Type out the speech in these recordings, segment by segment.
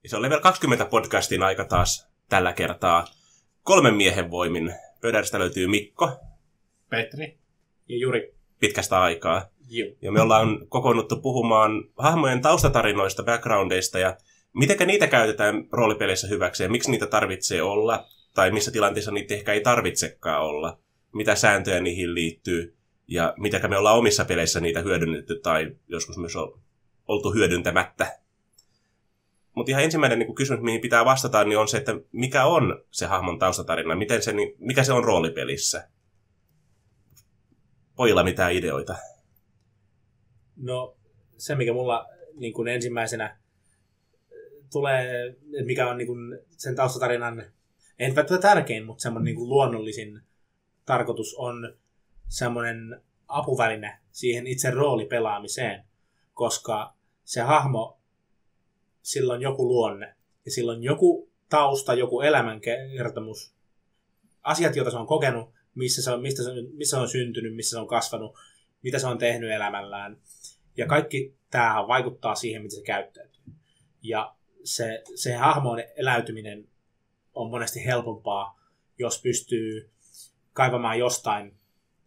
Ja se on Level 20 podcastin aika taas tällä kertaa 3 miehen voimin. Pöydästä löytyy Mikko. Petri. Ja Juri. Pitkästä aikaa. Joo. Ja me ollaan kokoonnuttu puhumaan hahmojen taustatarinoista, backgroundeista ja mitenkä niitä käytetään roolipeleissä hyväksi ja miksi niitä tarvitsee olla. Tai missä tilanteessa niitä ehkä ei tarvitsekaan olla. Mitä sääntöjä niihin liittyy ja mitenkä me ollaan omissa peleissä niitä hyödynnetty tai joskus myös oltu hyödyntämättä. Mutta ihan ensimmäinen niin kysymys, mihin pitää vastata, niin on se, että mikä on se hahmon taustatarina? Mikä se on roolipelissä? Pojilla mitään ideoita? No se, mikä mulla niin kuin ensimmäisenä tulee, mikä on niin kuin sen taustatarinan, ei välttämättä tärkein, mutta semmoinen niin kuin luonnollisin tarkoitus on semmoinen apuväline siihen itse roolipelaamiseen, koska se hahmo, sillä on joku luonne ja sillä on joku tausta, joku elämänkertomus, asiat, joita se on kokenut, missä se on syntynyt, missä se on kasvanut, mitä se on tehnyt elämällään. Ja kaikki tämä vaikuttaa siihen, miten se käyttäytyy. Ja se hahmoon eläytyminen on monesti helpompaa, jos pystyy kaivamaan jostain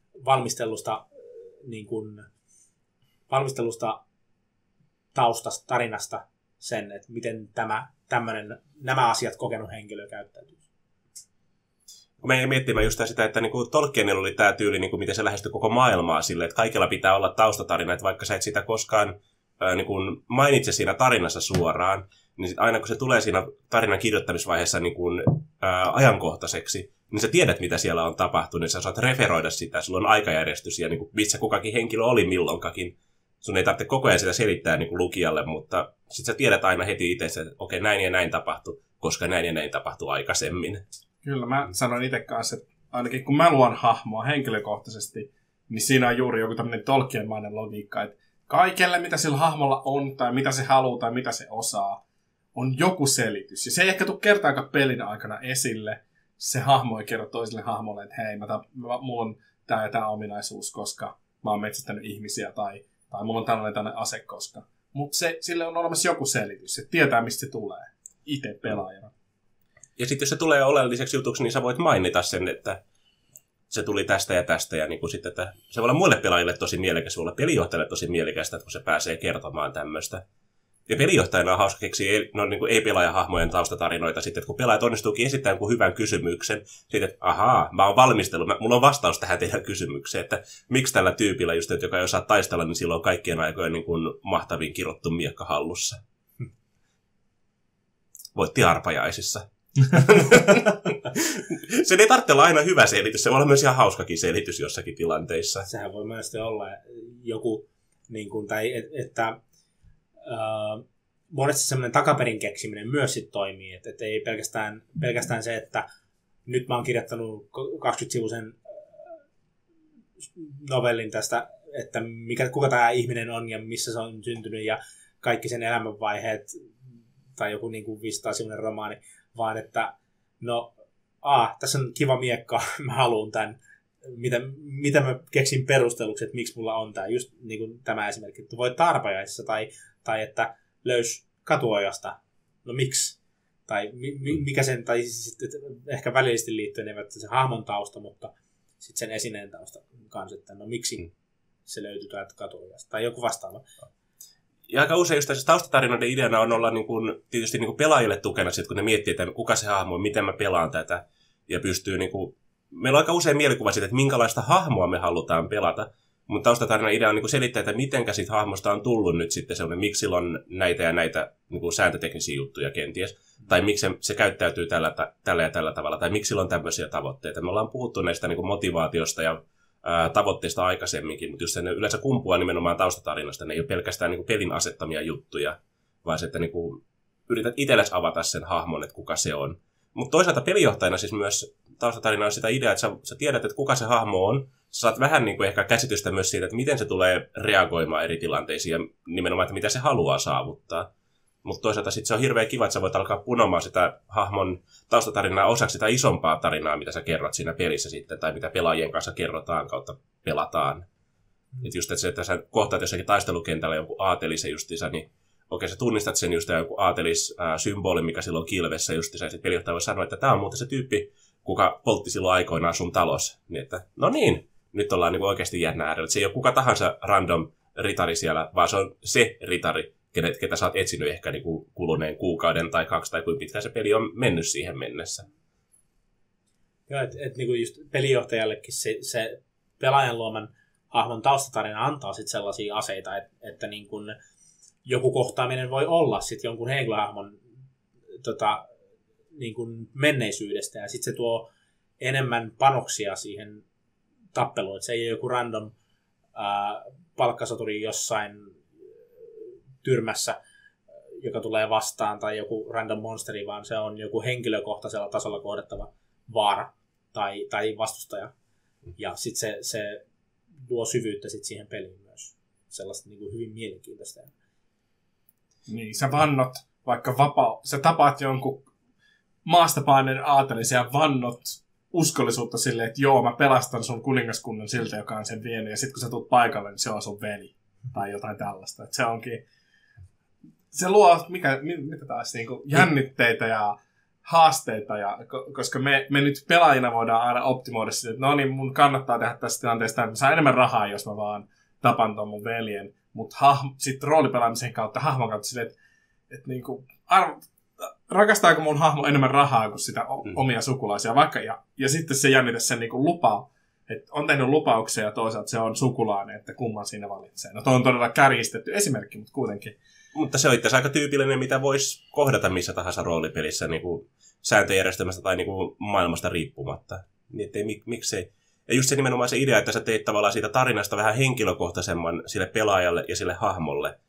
valmistelusta taustasta, tarinasta sen, että miten nämä asiat kokenut henkilö käyttäytyy. Kun me miettimään just sitä, että niin kuin Tolkienilla oli tämä tyyli, niin kuin miten se lähestyi koko maailmaa sille, että kaikilla pitää olla taustatarina, että vaikka sä et sitä koskaan niin kuin mainitse siinä tarinassa suoraan, niin sit aina kun se tulee siinä tarinan kirjoittamisvaiheessa niin kuin, ajankohtaiseksi, niin sä tiedät, mitä siellä on tapahtunut, niin sä saat referoida sitä, sulla on aikajärjestys ja niin kuin, missä kukakin henkilö oli milloinkakin. Sun ei tarvitse koko ajan sitä selittää niin kuin lukijalle, mutta sit sä tiedät aina heti itse, että okei, näin ja näin tapahtui, koska näin ja näin tapahtui aikaisemmin. Kyllä, mä sanoin itse kanssa, että ainakin kun mä luon hahmoa henkilökohtaisesti, niin siinä on juuri joku tämmöinen Tolkien-mainen logiikka, että kaikelle, mitä sillä hahmolla on, tai mitä se haluaa, tai mitä se osaa, on joku selitys. Ja se ei ehkä tule kertaakaan pelin aikana esille. Se hahmo ei kerro toiselle hahmolle, että hei, mulla on tää ja tää ominaisuus, koska mä oon metsästänyt ihmisiä, tai mulla on tällainen ase, koska. Mutta sille on olemassa joku selitys, että tietää, mistä se tulee. Itse pelaajana. Ja sitten jos se tulee oleelliseksi jutuksi, niin sä voit mainita sen, että se tuli tästä ja tästä. Ja niin kuin sitten, että se voi olla muille pelaajille tosi mielekäs, se voi olla pelijohtajalle tosi mielekästä, kun se pääsee kertomaan tämmöistä. Ja pelijohtajana on hauska keksiä niin ei-pelaajahahmojen taustatarinoita sitten, että kun pelaajat onnistuukin esittämään jonkun hyvän kysymyksen, sitten, että ahaa, mä oon valmistellut, mulla on vastaus tähän teidän kysymykseen, että miksi tällä tyypillä, just, että joka ei osaa taistella, niin silloin on kaikkien aikojen niin kuin mahtavin kirottu miekka hallussa. Voitti arpajaisissa. Se ei tarvitse olla aina hyvä selitys, se voi olla myös ihan hauskakin selitys jossakin tilanteissa. Sehän voi myös olla joku, niin kuin, tai että monesti semmoinen takaperin keksiminen myös sit toimii, että ei pelkästään se, että nyt mä oon kirjoittanut 20-sivuisen novellin tästä, että kuka tämä ihminen on ja missä se on syntynyt ja kaikki sen elämänvaiheet tai joku niin kuin 500-sivuinen romaani, vaan että tässä on kiva miekka, mä haluan tämän, mitä mä keksin perusteluksi, että miksi mulla on tämä, just niin kuin tämä esimerkki, että voit arpajaisissa tai että löys katuojasta, no miksi? Tai mikä sen, tai sitten ehkä välillisesti liittyen eivät se hahmon tausta, mutta sitten sen esineen tausta kanssa, että no miksi se löytyy täältä katuojasta, tai joku vastaava. Ja aika usein just tässä taustatarinoiden ideana on olla niin kuin, tietysti niin kuin pelaajille tukena, sit, kun ne miettii, että kuka se hahmo on, miten mä pelaan tätä, ja pystyy niin kuin, meillä on aika usein mielikuva siitä, että minkälaista hahmoa me halutaan pelata, mutta taustatarinan idea on niin kuin selittää, että mitenkä siitä hahmosta on tullut nyt sitten sellainen, miksi sillä on näitä ja näitä niin kuin sääntöteknisiä juttuja kenties, tai miksi se käyttäytyy tällä ja tällä tavalla, tai miksi sillä on tämmöisiä tavoitteita. Me ollaan puhuttu näistä niin kuin motivaatiosta ja tavoitteista aikaisemminkin, mutta just se yleensä kumpuaa nimenomaan taustatarinasta. Ne ei ole pelkästään niin kuin pelin asettamia juttuja, vaan se, että niin kuin yrität itsellesi avata sen hahmon, että kuka se on. Mutta toisaalta pelijohtajana siis myös taustatarina on sitä ideaa, että sä tiedät, että kuka se hahmo on. Sä saat vähän niin kuin ehkä käsitystä myös siitä, että miten se tulee reagoimaan eri tilanteisiin ja nimenomaan, että mitä se haluaa saavuttaa. Mutta toisaalta sitten se on hirveän kiva, että sä voit alkaa punomaan sitä hahmon taustatarinaa osaksi sitä isompaa tarinaa, mitä sä kerrot siinä pelissä sitten, tai mitä pelaajien kanssa kerrotaan kautta pelataan. Että just että sä kohtaat jossakin taistelukentällä jonkun aatelisen justiinsa, niin okei, sä tunnistat sen just joku aatelissymboli, mikä silloin on kilvessä just, ja sitten pelijohtaja voi sanoa, että tämä on muuten se tyyppi, kuka poltti silloin aikoinaan sun talos. Niin, että no niin, nyt ollaan niin oikeasti jännä äärellä. Se ei ole kuka tahansa random ritari siellä, vaan se on se ritari, ketä sä oot etsinyt ehkä niin kuin kuluneen kuukauden tai 2 tai kuinka pitkään se peli on mennyt siihen mennessä. Joo, että niin just pelijohtajallekin se pelaajan luoman hahmon taustatarina antaa sit sellaisia aseita, että niin kun joku kohtaaminen voi olla sit jonkun henkilöhahmon niin kun menneisyydestä, ja sitten se tuo enemmän panoksia siihen tappeluun. Et se ei ole joku random palkkasoturi jossain tyrmässä, joka tulee vastaan, tai joku random monsteri, vaan se on joku henkilökohtaisella tasolla kohdattava vaara tai vastustaja. Ja sitten se luo syvyyttä sit siihen peliin myös. Sellaista niin kuin hyvin mielenkiintoista. Niin, sä vannot vaikka sä tapaat jonkun maastapaineen aatelisen ja vannot uskollisuutta silleen, että joo, mä pelastan sun kuningaskunnan siltä, joka on sen vienyt. Ja sitten kun sä tulet paikalle, niin se on sun veli. Tai jotain tällaista. Että se onkin... Se luo mitä taas, niin kuin jännitteitä ja haasteita, koska me nyt pelaajina voidaan aina optimoida sitä, että no niin, mun kannattaa tehdä tässä tilanteessa, että mä saan enemmän rahaa, jos mä vaan tapan ton mun veljen. Mutta sitten roolipelaamisen kautta, hahmon kautta silleen, että niin kuin, rakastaako mun hahmo enemmän rahaa kuin sitä omia sukulaisia, vaikka, ja sitten se jännite sen niin kuin lupaa, että on tehnyt lupauksia ja toisaalta se on sukulainen, että kumman siinä valitsee. No toi on todella kärjistetty esimerkki, mutta kuitenkin. Mutta se on itse asiassa aika tyypillinen, mitä voisi kohdata missä tahansa roolipelissä niin kuin sääntöjärjestelmästä tai niin kuin maailmasta riippumatta. Niin ettei, miksei. Ja just se nimenomaan se idea, että sä teit tavallaan siitä tarinasta vähän henkilökohtaisemman sille pelaajalle ja sille hahmolle.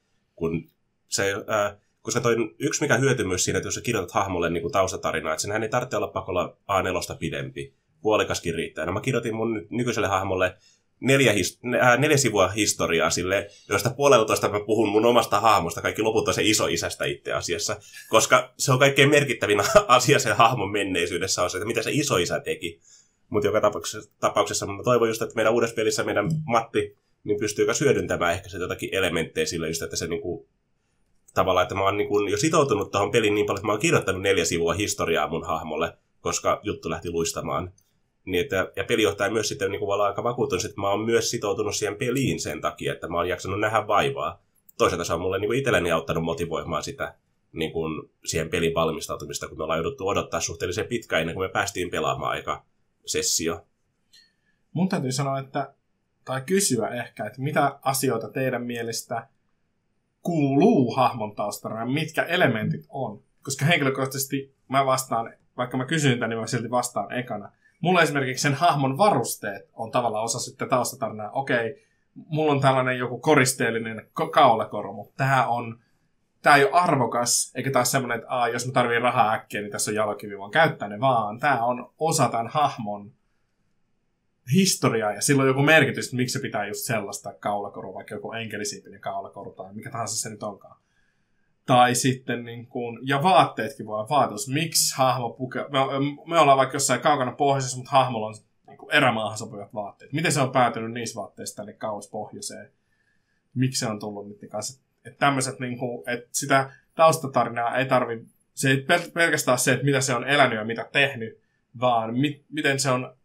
Koska toi yksi mikä hyöty myös siinä, että jos sä kirjoitat hahmolle niin kuin taustatarinaa, että senhän ei tarvitse olla pakolla A4 pidempi. Puolikaskin riittää. No mä kirjoitin mun nykyiselle hahmolle 4 sivua historiaa sille, josta 1,5 mä puhun mun omasta hahmosta, kaikki loput on se isoisästä itse asiassa, koska se on kaikkein merkittävin asia sen hahmon menneisyydessä on se, että mitä se isoisä teki. Mutta joka tapauksessa mä toivon just, että meidän uudessa pelissä meidän Matti niin pystyy hyödyntämään ehkä se jotakin elementtejä sille just, että se niinku, tavallaan, että mä oon niinku jo sitoutunut tuohon peliin niin paljon, että mä oon kirjoittanut 4 sivua historiaa mun hahmolle, koska juttu lähti luistamaan. Niin että, ja pelijohtaja myös sitten niin kuin aika vakuutunut, että mä oon myös sitoutunut siihen peliin sen takia, että mä oon jaksanut nähdä vaivaa. Toisaalta se on mulle niin kuin itselleni auttanut motivoimaan sitä niin kuin siihen pelin valmistautumista, kun me ollaan jouduttu odottaa suhteellisen pitkään ennen kuin me päästiin pelaamaan aika sessio. Mun täytyy sanoa, tai kysyä ehkä, että mitä asioita teidän mielestä kuuluu hahmon taustana, mitkä elementit on. Koska henkilökohtaisesti mä vastaan, vaikka mä kysyn tämän, niin mä silti vastaan ekana. Mulla esimerkiksi sen hahmon varusteet on tavallaan osa sitten taustatarinaa. Okei, mulla on tällainen joku koristeellinen kaulakoru, mutta tää ei ole arvokas, eikä taas semmoinen, että jos mä tarviin rahaa äkkiä, niin tässä on jalokivi, vaan käyttää ne vaan. Tää on osa tämän hahmon historiaa, ja sillä on joku merkitys, että miksi se pitää just sellaista kaulakorua, vaikka joku enkelisiipinen kaulakoru tai mikä tahansa se nyt onkaan. Tai sitten, niin kuin, ja vaatteetkin voi olla vaatetus. Miksi hahmo me ollaan vaikka jossain kaukana pohjoisessa, mutta hahmolla on niin kuin erämaahan sopivat vaatteet. Miten se on päätynyt niissä vaatteissa tänne kauas pohjoiseen? Miksi se on tullut niiden kanssa? Että tämmöiset, niin kuin, että sitä taustatarinaa ei tarvi, se ei pelkästään se, että mitä se on elänyt ja mitä tehnyt, vaan miten se on,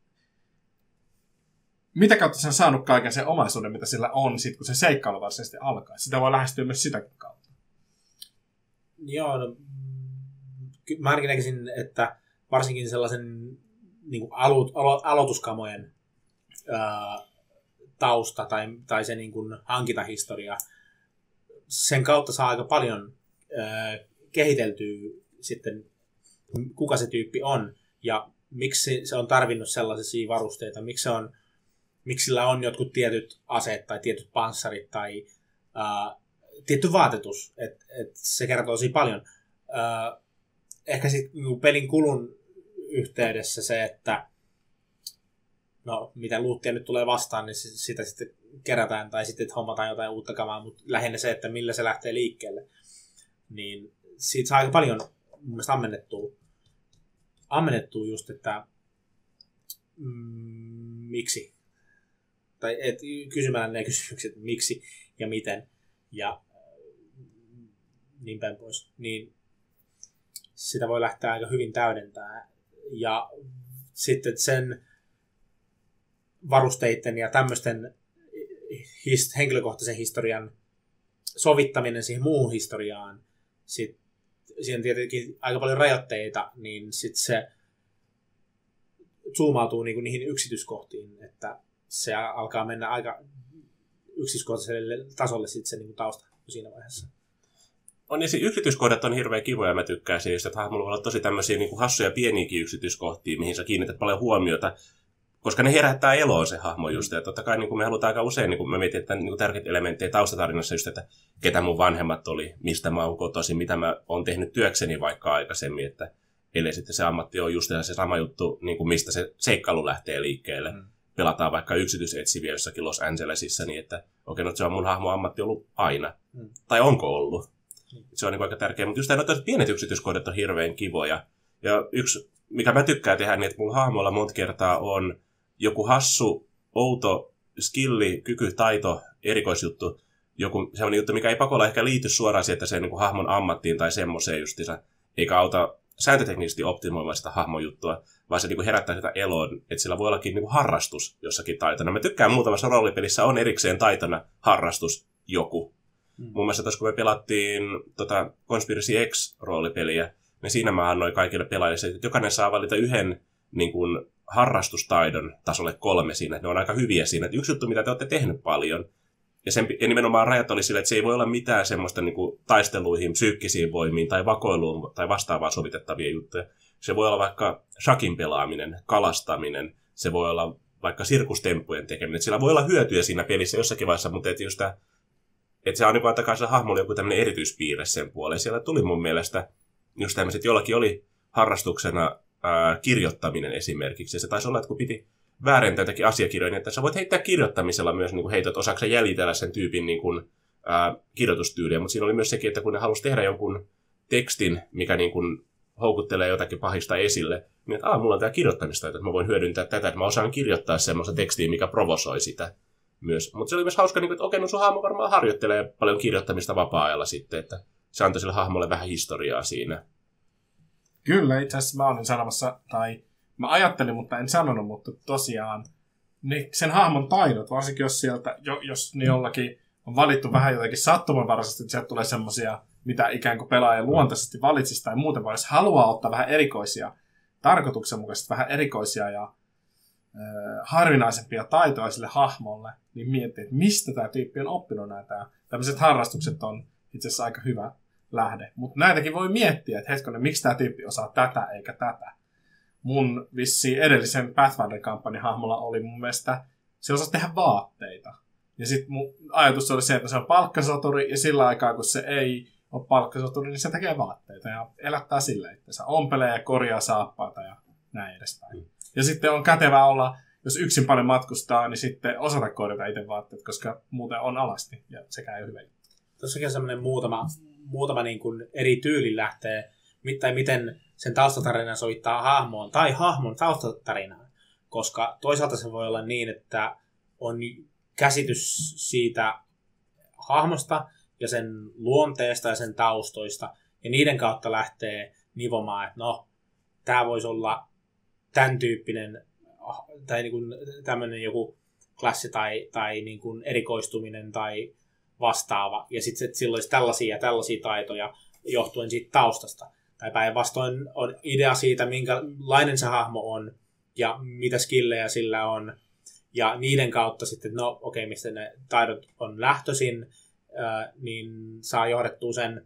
mitä kautta se on saanut kaiken sen omaisuuden, mitä sillä on, sit kun se seikkailu varsinaisesti alkaa. Sitä voi lähestyä myös sitäkin kautta. Joo, no, mä ainakin näkisin, että varsinkin sellaisen niin kuin aloituskamojen tausta tai se niin kuin hankintahistoria, sen kautta saa aika paljon kehiteltyä sitten, kuka se tyyppi on ja miksi se on tarvinnut sellaisia varusteita, miksi sillä on jotkut tietyt aseet tai tietyt panssarit tai tietty vaatetus, että se kertoo tosi paljon. Ehkä sitten pelin kulun yhteydessä se, että no, mitä luuttia nyt tulee vastaan, niin sitä sitten kerätään tai sitten hommataan jotain uutta kamaa, mutta lähinnä se, että millä se lähtee liikkeelle. Niin siitä saa aika paljon mun mielestä ammennettua just, että miksi. Tai kysymällä ne kysymykset, miksi ja miten. Ja niin päin pois, niin sitä voi lähteä aika hyvin täydentämään. Ja sitten sen varusteiden ja tämmöisten henkilökohtaisen historian sovittaminen siihen muuhun historiaan, siihen tietenkin aika paljon rajoitteita, niin sitten se zoomautuu niinku niihin yksityiskohtiin, että se alkaa mennä aika yksityiskohtaiselle tasolle sitten se niinku tausta siinä vaiheessa. On, niin yksityiskohdat on hirveän kivoja, mä tykkään siitä, että hahmolla voi olla tosi tämmöisiä niin kuin hassuja pieniäkin yksityiskohtia, mihin sä kiinnität paljon huomiota, koska ne herättää eloon se hahmo just. Ja totta kai niin kuin me halutaan aika usein, niin kuin mä mietin, että niin tärkeitä elementtejä taustatarinassa just, että ketä mun vanhemmat oli, mistä mä oon kotoisin, mitä mä oon tehnyt työkseni vaikka aikaisemmin, että eli sitten se ammatti on just se sama juttu, niin kuin mistä se seikkailu lähtee liikkeelle. Pelataan vaikka yksityisetsiviä jossakin Los Angelesissa, niin että okei, no se on mun hahmo ammatti ollut aina. Tai onko ollut? Se on niin aika tärkeä, mutta just nämä pienet yksityiskohdat on hirveän kivoja. Ja yksi, mikä mä tykkään tehdä, niin että mun hahmolla monta kertaa on joku hassu, outo skilli, kyky, taito, erikoisjuttu, joku sellainen juttu, mikä ei pakolla ehkä liity suoraan siihen, että se niin kuin hahmon ammattiin tai semmoiseen justiinsa, eikä auta sääntöteknisesti optimoimaan sitä hahmojuttua, vaan se niin kuin herättää sitä eloon, että sillä voi ollakin niin kuin harrastus jossakin taitona. Mä tykkään muutamassa roolipelissä on erikseen taitona harrastus joku. Mun mielestä tuossa, kun me pelattiin Conspiracy X-roolipeliä, niin siinä mä annoin kaikille pelaajille, että jokainen saa valita yhden niin kuin, harrastustaidon tasolle 3 siinä. Ne on aika hyviä siinä. Että yksi juttu, mitä te olette tehnyt paljon, ja nimenomaan rajat oli sille, että se ei voi olla mitään semmoista niin kuin, taisteluihin, psyykkisiin voimiin tai vakoiluun tai vastaavaa sovitettavia juttuja. Se voi olla vaikka shakin pelaaminen, kalastaminen, se voi olla vaikka sirkustemppujen tekeminen. Että sillä voi olla hyötyä siinä pelissä jossakin vaiheessa, mutta että just tämä että se on niin kuin antakaa sillä hahmolla joku tämmöinen erityispiirre sen puoleen. Siellä tuli mun mielestä just tämmöiset, jollakin oli harrastuksena kirjoittaminen esimerkiksi. Ja se taisi olla, että kun piti väärentää jotakin asiakirjoja, niin että sä voit heittää kirjoittamisella myös niin kuin heitot osaksi jäljitellä sen tyypin niin kuin, kirjoitustyyliä. Mutta siinä oli myös sekin, että kun ne halusi tehdä jonkun tekstin, mikä niin kuin houkuttelee jotakin pahista esille, niin että mulla on tämä kirjoittamista, että mä voin hyödyntää tätä, että mä osaan kirjoittaa semmoista tekstiä, mikä provosoi sitä. Mutta se oli myös hauska, että okei, no sun hahmo varmaan harjoittelee paljon kirjoittamista vapaa-ajalla sitten, että se antoi sille hahmolle vähän historiaa siinä. Kyllä, itse asiassa mä olin sanomassa, tai mä ajattelin, mutta en sanonut, mutta tosiaan niin sen hahmon taidot, varsinkin jos sieltä, jos ne jollakin on valittu vähän jotenkin sattumanvaraisesti, että sieltä tulee semmoisia, mitä ikään kuin pelaaja luontaisesti valitsisi tai muuten, vaan jos haluaa ottaa vähän erikoisia, tarkoituksenmukaisesti vähän erikoisia ja harvinaisempia taitoja sille hahmolle, niin miettii, että mistä tämä tyyppi on oppinut näitä. Tämmöiset harrastukset on itse asiassa aika hyvä lähde. Mutta näitäkin voi miettiä, että hetkonen, miksi tämä tyyppi osaa tätä eikä tätä. Mun vissiin edellisen Pathfinder-kampanjan hahmolla oli mun mielestä, se osasi tehdä vaatteita. Ja sitten mun ajatus oli se, että se on palkkasoturi, ja sillä aikaa, kun se ei ole palkkasoturi, niin se tekee vaatteita ja elättää sillä, että se ompelee ja korjaa saappaita ja näin edespäin. Ja sitten on kätevää olla, jos yksin paljon matkustaa, niin sitten osata korjata itse vaatteet, koska muuten on alasti, ja sekään ei ole hyvä. Tuossakin on semmoinen muutama niin kuin eri tyyli lähtee, tai miten sen taustatarinan sovittaa hahmoon, tai hahmon taustatarinaan. Koska toisaalta se voi olla niin, että on käsitys siitä hahmosta ja sen luonteesta ja sen taustoista, ja niiden kautta lähtee nivomaan, että no, tämä voisi olla tämän tyyppinen, tai niin kuin tämmöinen joku klassi tai niin kuin erikoistuminen tai vastaava, ja sitten sillä olisi tällaisia taitoja johtuen siitä taustasta. Tai päinvastoin on idea siitä, minkälainen se hahmo on, ja mitä skillejä sillä on, ja niiden kautta sitten, no okei, mistä ne taidot on lähtöisin, niin saa johdettua sen,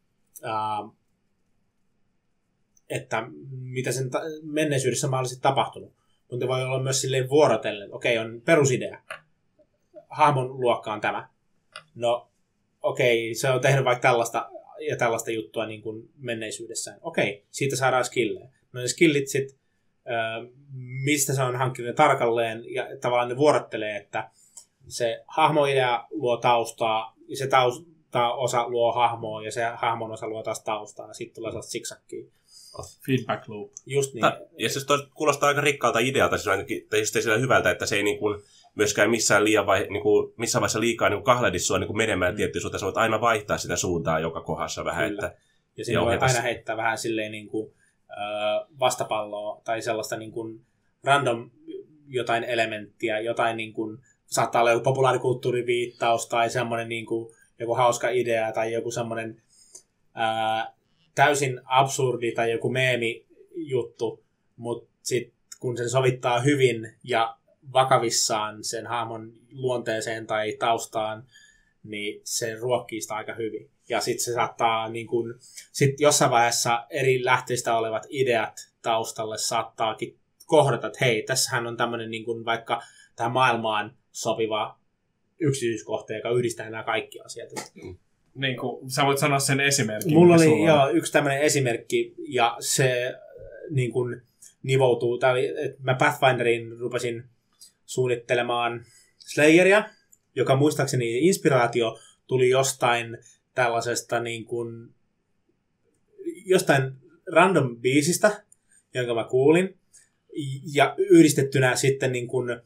että mitä sen menneisyydessä mahdollisesti tapahtunut. Mutta voi olla myös silleen vuorotellen, että okei, on perusidea. Hahmon luokka on tämä. No okei, se on tehnyt vaikka tällaista juttua niin kuin menneisyydessään. Okei, siitä saadaan skillejä. No ne skillit sitten, mistä se on hankkinut tarkalleen, ja tavallaan ne vuorottelee, että se hahmoidea luo taustaa, ja se taustaosa luo hahmoa, ja se hahmon osa luo taas taustaa, ja sitten tulee sellaista siksakkiä. Feedback loop. Just niin. Ja se kuulostaa aika rikkaalta idealta, tai just sillä hyvältä, että se ei niin kuin myöskään missään missään vaiheessa liikaa niin kahledi sua niin menemään tiettyyn suuntaan. Sä voit aina vaihtaa sitä suuntaa joka kohdassa vähän. Kyllä. Ja siinä voi aina heittää vähän silleen niin kuin, vastapalloa tai sellaista niin kuin random jotain elementtiä, jotain niin kuin, saattaa olla joku populaarikulttuuriviittaus tai semmoinen niin kuin, joku hauska idea tai joku semmoinen täysin absurdi tai joku meemi-juttu, mutta sitten kun sen sovittaa hyvin ja vakavissaan sen hahmon luonteeseen tai taustaan, niin se ruokkii sitä aika hyvin. Ja sitten se saattaa niin kun, sit jossain vaiheessa eri lähteistä olevat ideat taustalle saattaakin kohdata, että hei, tässähän on tämmöinen niin kun vaikka tähän maailmaan sopiva yksityiskohta, joka yhdistää nämä kaikki asiat. Niin kuin, sä voit sanoa sen esimerkin. Mulla oli yksi tämmöinen esimerkki, ja se niin kun nivoutuu. Mä Pathfinderin rupesin suunnittelemaan Slayeria, joka muistaakseni inspiraatio tuli jostain tällaisesta niin kuin, jostain random biisistä, jonka mä kuulin, ja yhdistettynä sitten niin kuin,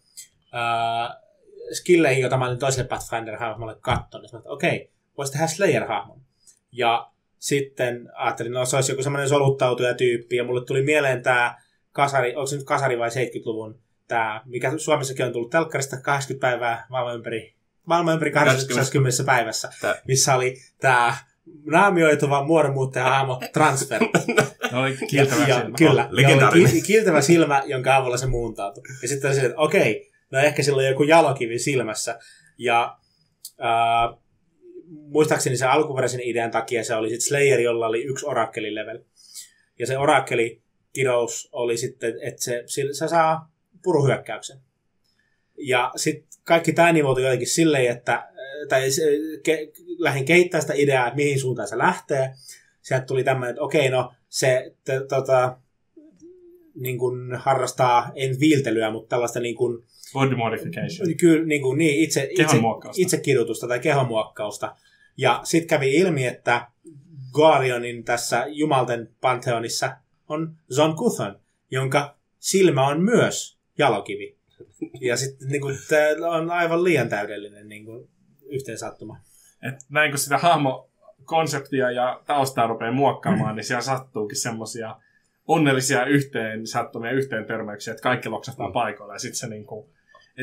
skilleihin, jota mä olin toiselle Pathfinder-hahmolle katsonut. Mä että okei, voisi tehdä Slayer-hahmon. Ja sitten ajattelin, no se olisi joku semmoinen soluttautuja tyyppi, ja mulle tuli mieleen tämä kasari, onko se nyt kasari vai 70-luvun, tämä, mikä Suomessakin on tullut telkkarista 80 päivää maailman ympäri 80 päivässä, missä oli tämä naamioituva muodonmuuttaja-hahmo Transfer. Oli kiiltävä silmä. Kyllä, oli kiiltävä silmä, jonka avulla se muuntautui. Ja sitten oli että okei, no ehkä sillä on joku jalokivi silmässä. Ja muistaakseni se alkuperäisen idean takia se oli sitten Slayer, jolla oli 1 orakkeli-level. Ja se orakkeli-kirous oli sitten, että se saa puruhyökkäyksen. Ja sitten kaikki tämä nivoutui jotenkin silleen, että lähdin kehittämään sitä ideaa, että mihin suuntaan se lähtee. Sieltä tuli tämmöinen, että okei, no se niin kuin harrastaa, en viiltelyä, mutta tällaista niin kuin body modification. Kyllä, niin itsekirjoitusta tai kehonmuokkausta. Ja sitten kävi ilmi, että Goarionin tässä Jumalten pantheonissa on Zon Kuthon, jonka silmä on myös jalokivi. Ja sitten niin tämä on aivan liian täydellinen niin kuin yhteensattuma. Näin kun sitä hahmokonseptia ja taustaa rupeaa muokkaamaan, niin siellä sattuukin semmoisia onnellisia yhteen törmäyksiä, että kaikki loksahtaa paikoilla. Ja sitten se, niinku,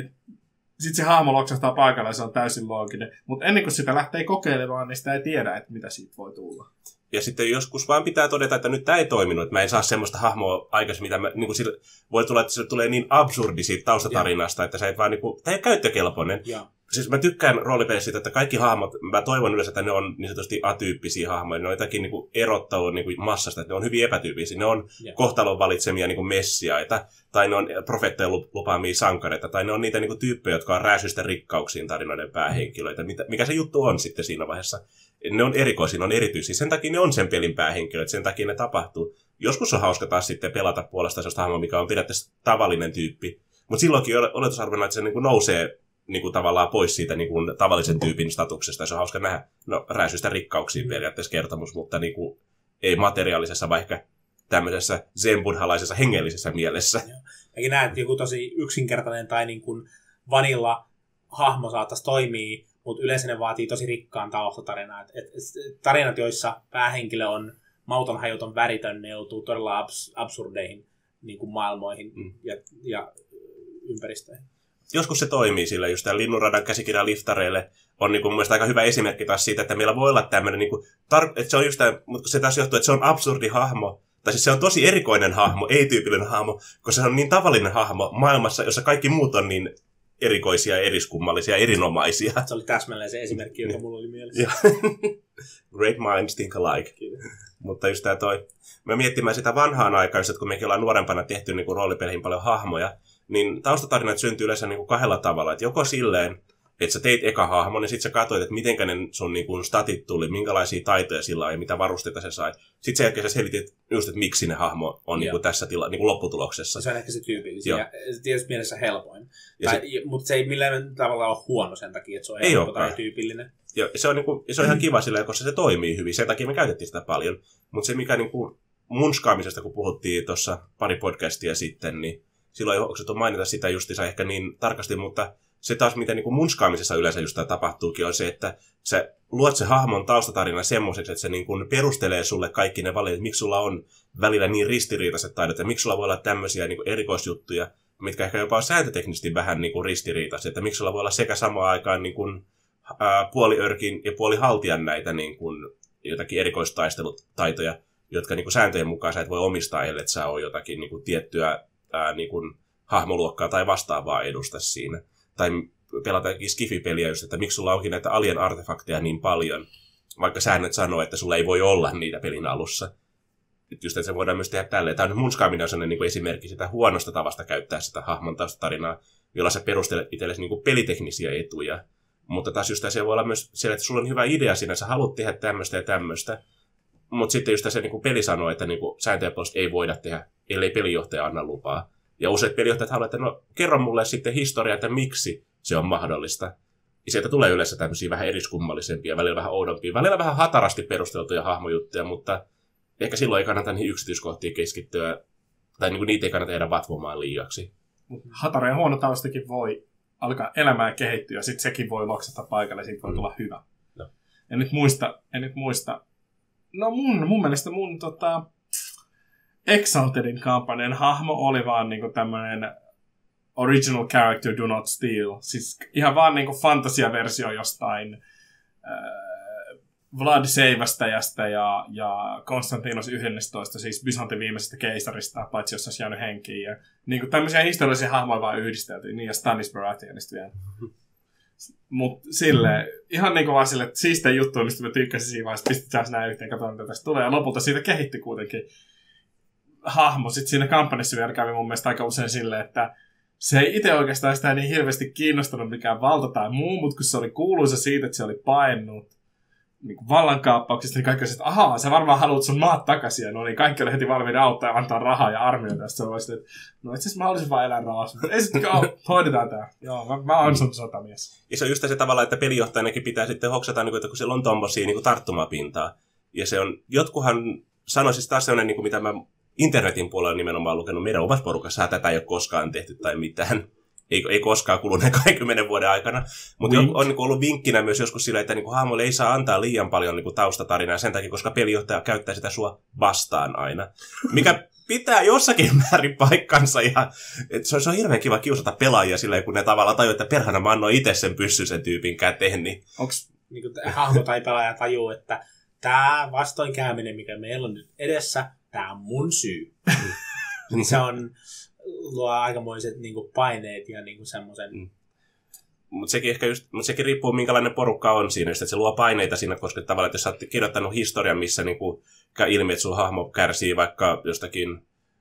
se hahmo loksahtaa paikalle ja se on täysin looginen. Mutta ennen kuin sitä lähtee kokeilemaan, niin sitä ei tiedä, että mitä siitä voi tulla. Ja sitten joskus vaan pitää todeta, että nyt tämä ei toiminut, että mä en saa semmoista hahmoa aikaisemmin, mitä niin voi tulla, että se tulee niin absurdi siitä taustatarinasta, että sä et vaan, tämä ei ole käyttökelpoinen. Ja. Siis mä tykkään roolipelissä siitä, että kaikki hahmot, mä toivon yleensä, että ne on niin sanotusti atyyppisiä hahmoja, ne on jotakin niin erottavaa niin massasta, että ne on hyvin epätyyppisiä, ne on kohtalon valitsemia niin messiaita, tai ne on profeettojen lupaamia sankareita, tai ne on niitä niin tyyppejä, jotka on rääsyistä rikkauksiin tarinoiden päähenkilöitä. Mikä se juttu on sitten siinä vaiheessa? Ne on erikoisia, ne on erityisiä. Sen takia ne on sen pelin päähenkilöt, sen takia ne tapahtuu. Joskus on hauska taas sitten pelata puolestaan sellaista hahmoa, mikä on periaatteessa tavallinen tyyppi. Mutta silloinkin oletusarvona, että se niin nousee niin tavallaan pois siitä niin tavallisen tyypin statuksesta. Ja se on hauska nähdä rääsyistä rikkauksiin periaatteessa kertomus, mutta niin ei materiaalisessa, vaan ehkä tämmöisessä zen-buddhalaisessa hengellisessä mielessä. Mäkin näen, että joku tosi yksinkertainen tai niin kuin vanilla hahmo saattaisi toimia, mutta yleensä ne vaatii tosi rikkaan taustatarinaa. Tarinat, joissa päähenkilö on mauton, hajuton, väritön, ne joutuu todella absurdeihin niin kuin maailmoihin ja ympäristöihin. Joskus se toimii sillä, just tämä Linnunradan käsikirja liftareille on niin kuin mun mielestä aika hyvä esimerkki taas siitä, että meillä voi olla tämmöinen, niin kuin, että se on just tämä, mutta se taas johtuu, että se on absurdi hahmo, tai siis se on tosi erikoinen hahmo, ei-tyypillinen hahmo, koska se on niin tavallinen hahmo maailmassa, jossa kaikki muut on niin erikoisia, eriskummallisia, erinomaisia. Se oli täsmälleen se esimerkki, joka mulla oli mielessä. Great minds think alike. Mutta just mä miettimään sitä vanhaan aikaan, että kun mekin ollaan nuorempana tehty niin roolipeleihin paljon hahmoja, niin taustatarinat syntyy yleensä niin kuin 2 tavalla. Että joko silleen, että sä teit eka hahmon, niin sit sä katsoit, että mitenkä ne sun niin kuin statit tuli, minkälaisia taitoja sillä on ja mitä varusteita se sai. Sitten sen jälkeen sä selitit just, että miksi ne hahmo on niin kuin tässä niin kuin lopputuloksessa. Se on ehkä se tyypillinen ja tietysti mielessä helpoin. Mutta se ei millään tavalla ole huono sen takia, että se on helppo tai tyypillinen. Ja se on, niin kuin, se on ihan kiva sillä, koska se toimii hyvin. Sen takia me käytettiin sitä paljon. Mutta se mikä niin kuin munskaamisesta, kun puhuttiin tuossa pari podcastia sitten, niin silloin ei ole mainita sitä justiinsa ehkä niin tarkasti, mutta se taas, mitä niin kuin munskaamisessa yleensä just tapahtuukin, on se, että sä luot se hahmon taustatarina semmoiseksi, että se niin kuin perustelee sulle kaikki ne valinnat, miksi sulla on välillä niin ristiriitaiset taidot, ja miksi sulla voi olla tämmöisiä niin kuin erikoisjuttuja, mitkä ehkä jopa on sääntöteknisesti vähän niin kuin ristiriitaiset, että miksi sulla voi olla sekä samaan aikaan niin kuin, puoliörkin ja puolihaltijan näitä niin kuin, jotakin erikoistaistelutaitoja, jotka niin kuin sääntöjen mukaan sä et voi omistaa, ellei sä ole jotakin niin kuin tiettyä niin kuin hahmoluokkaa tai vastaavaa edusta siinä. Tai pelata jokin skifi-peliä just, että miksi sulla onkin näitä alien-artefakteja niin paljon, vaikka säännöt sanoo, että sulla ei voi olla niitä pelin alussa. Että just, että se voidaan myös tehdä tälleen. Tämä on munskaaminen on sellainen niin kuin esimerkki sitä huonosta tavasta käyttää sitä hahmon taustatarinaa, jolla sä perustelet itsellesi niin kuin peliteknisiä etuja. Mutta taas just se voi olla myös se, että sulla on hyvä idea siinä, sä haluat tehdä tämmöistä ja tämmöistä. Mutta sitten just se niin kuin peli sanoo, että niin kuin sääntöjen puolesta ei voida tehdä, ellei pelijohtaja anna lupaa. Ja useat pelijohtajat haluavat, että no kerro mulle sitten historiaa, että miksi se on mahdollista. Ja sieltä tulee yleensä tämmöisiä vähän eriskummallisempia, välillä vähän oudompia, välillä vähän hatarasti perusteltuja hahmojuttuja, mutta ehkä silloin ei kannata niihin yksityiskohtiin keskittyä, tai niin kuin niitä ei kannata tehdä vatvomaan liiaksi. Hatara ja huono taustakin voi alkaa elämään kehittyä, ja sitten sekin voi loksata paikalle, ja siitä voi tulla hyvä. No. En nyt muista. No mun mielestä mun Exaltedin kampanjan hahmo oli vaan niinku tämmönen original character do not steal. Siis ihan vaan niinku fantasiaversio jostain Vlad Seivästäjästä ja Konstantinos 11, siis Byzantin viimeisestä keisarista, paitsi jos olisi jäänyt henkiin. Ja niinku tämmöisiä historiallisia hahmoja vaan yhdisteltiin, niin ja Stannis Baratheonista vielä. Mut silleen, ihan niinku vaan silleen, että siistejä juttuja, mistä mä tykkäsin siinä vaiheessa, pistetään nää yhteen, katsotaan mitä tästä tulee. Ja lopulta siitä kehittyi kuitenkin hahmo. Sitten siinä kampanjassa vielä kävi mun mielestä aika usein silleen, että se ei itse oikeastaan sitä niin hirveästi kiinnostanut mikään valta tai muu, mutta kun se oli kuuluisa siitä, että se oli paennut niin vallankaappauksista, niin kaikki oli, että ahaa, sä varmaan haluat sun maat takaisin. Ja no niin, kaikki oli heti valmiina auttaa ja antaa rahaa ja armioita. Ja sitten se oli sitten, että no itse asiassa mä olisin vaan elää rauhassa. Ei sitten hoidetaan tää. Joo, mä oon sun sotamies. Ja se on just se tavalla, että pelijohtajanakin pitää sitten hoksata, että kun siellä on tommosia tarttumapintaa. Ja se on, jotkuhan sanoisin taas sellainen, mitä mä internetin puolella nimenomaan lukenut meidän omassa porukassa, tätä ei ole koskaan tehty tai mitään. Ei koskaan kuluneen 20 vuoden aikana. Mutta on ollut vinkkinä myös joskus sillä, että hahmoille ei saa antaa liian paljon taustatarinaa sen takia, koska pelijohtaja käyttää sitä sua vastaan aina. Mikä pitää jossakin määrin paikkansa. Ja, se on hirveän kiva kiusata pelaajia silleen, kun ne tavallaan tajuu, että perhana mä annoin itse sen pyssyn sen tyypin käteen. Niin. Onks hahmo tai pelaaja tajuu, että tämä vastoinkäyminen, mikä meillä on nyt edessä, tämä on mun syy. Niin se luo aikamoiset paineet ja semmoisen. Mutta sekin riippuu, minkälainen porukka on siinä, että se luo paineita siinä, koska tavallaan, että jos sä oot kirjoittanut historian, missä käy ilmi, että sun hahmo kärsii vaikka jostakin,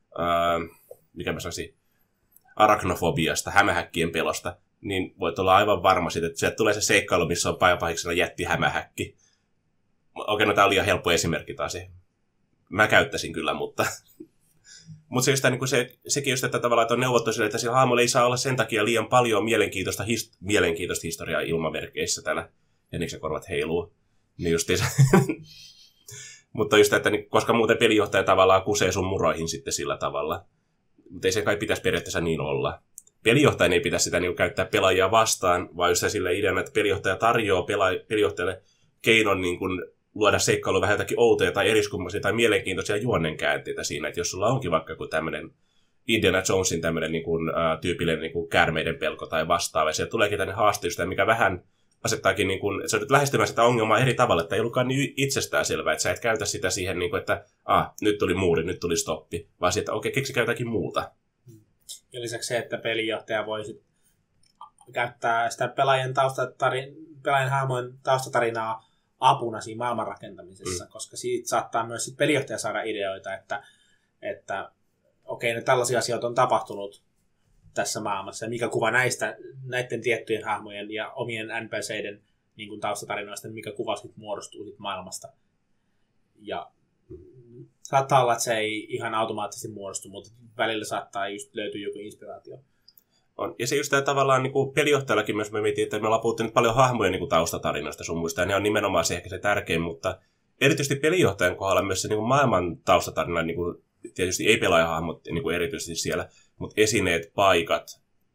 mikä mä sanoisin, arachnofobiasta, hämähäkkien pelosta, niin voit olla aivan varma siitä, että sieltä tulee se seikkailu, missä on pahiksena jätti hämähäkki. Okei, no tää on liian helppo esimerkki taas. Mä käyttäisin kyllä, mutta se just sekin just, että tavallaan että on neuvottu sille, että sillä hahmolla ei saa olla sen takia liian paljon mielenkiintoista historiaa ilmamerkeissä täällä. Ennen korvat heiluu. Niin justiinsa. Mutta just, että koska muuten pelijohtaja tavallaan kusee sun muroihin sitten sillä tavalla. Mutta ei se kai pitäisi periaatteessa niin olla. Pelijohtajan ei pitäisi sitä käyttää pelaajia vastaan, vaan just sille ideana, että pelijohtaja tarjoaa pelijohtajalle keinon luoda seikkailu vähän jotakin outoja tai eriskummaisia tai mielenkiintoisia juonnenkäänteitä siinä, että jos sulla onkin vaikka joku tämmöinen Indiana Jonesin tämmöinen tyypillinen käärmeiden pelko tai vastaava, ja siellä tuleekin tänne haasteista, mikä vähän asettaakin, että sä olet lähestymään sitä ongelmaa eri tavalla, että ei ollutkaan niin itsestäänselvää, että sä et käytä sitä siihen, että nyt tuli muuri, nyt tuli stoppi, vaan siitä, okei, keksikää jotakin muuta. Ja lisäksi se, että pelijohtaja voisi käyttää sitä pelaajan hahmojen taustatarinaa apuna siinä maailman rakentamisessa, koska siitä saattaa myös pelijohtaja saada ideoita, että okei, ne tällaisia asioita on tapahtunut tässä maailmassa, ja mikä kuva näiden tiettyjen hahmojen ja omien NPCiden taustatarinoista, mikä kuva sitten muodostuu siitä maailmasta. Ja saattaa olla, että se ei ihan automaattisesti muodostu, mutta välillä saattaa just löytyä joku inspiraatio. On. Ja se just tämä tavallaan pelijohtajallakin myös me mietin, että me ollaan puhuttu nyt paljon hahmojen taustatarinoista sun muista, ja ne on nimenomaan se ehkä se tärkein, mutta erityisesti pelijohtajan kohdalla myös se maailman taustatarina, tietysti ei pelaajahahmot erityisesti siellä, mutta esineet, paikat,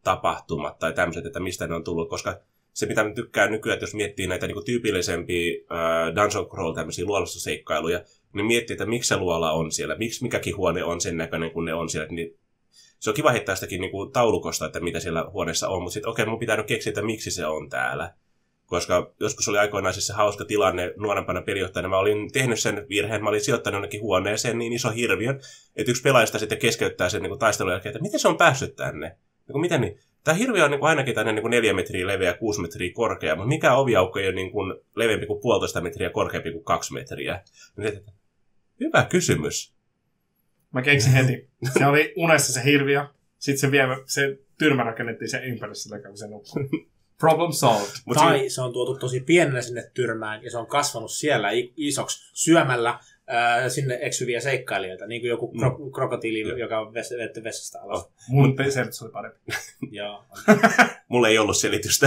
tapahtumat tai tämmöiset, että mistä ne on tullut, koska se, mitä mä tykkään nykyään, että jos miettii näitä niin kuin tyypillisempiä Dungeon Crawl, tämmöisiä luolastuseikkailuja, niin miettii, että miksi se luola on siellä, miksi mikäkin huone on sen näköinen, kun ne on siellä. Niin se on kiva heittää sitäkin niin kuin taulukosta, että mitä siellä huoneessa on, mutta sitten mun pitää nyt keksiä, että miksi se on täällä. Koska joskus oli aikoinaan siis se hauska tilanne nuorempana pelijohtajana. Mä olin tehnyt sen virheen, mä olin sijoittanut jonnekin huoneeseen niin iso hirviön, että yksi pelaajista sitten keskeyttää sen niin taistelun jälkeen, että miten se on päässyt tänne? Miten niin? Tämä hirviö on niin ainakin tänne niin 4 metriä leveä ja 6 metriä korkea, mutta mikä oviaukko ei ole niin leveämpi kuin 1,5 metriä ja korkeampi kuin 2 metriä? Hyvä kysymys. Mä keksin heti. Se oli unessa se hirviö, sitten se tyrmä rakennettiin sen ympäri sillä, kun se nukkui. Problem solved. Tai se on tuotu tosi pienenä sinne tyrmään ja se on kasvanut siellä isoksi syömällä sinne eksyviä seikkailijoita, niin kuin joku krokotiili, joka on vetty vessasta alas. Mun selitys oli parempi. Joo. Mulla ei ollut selitystä.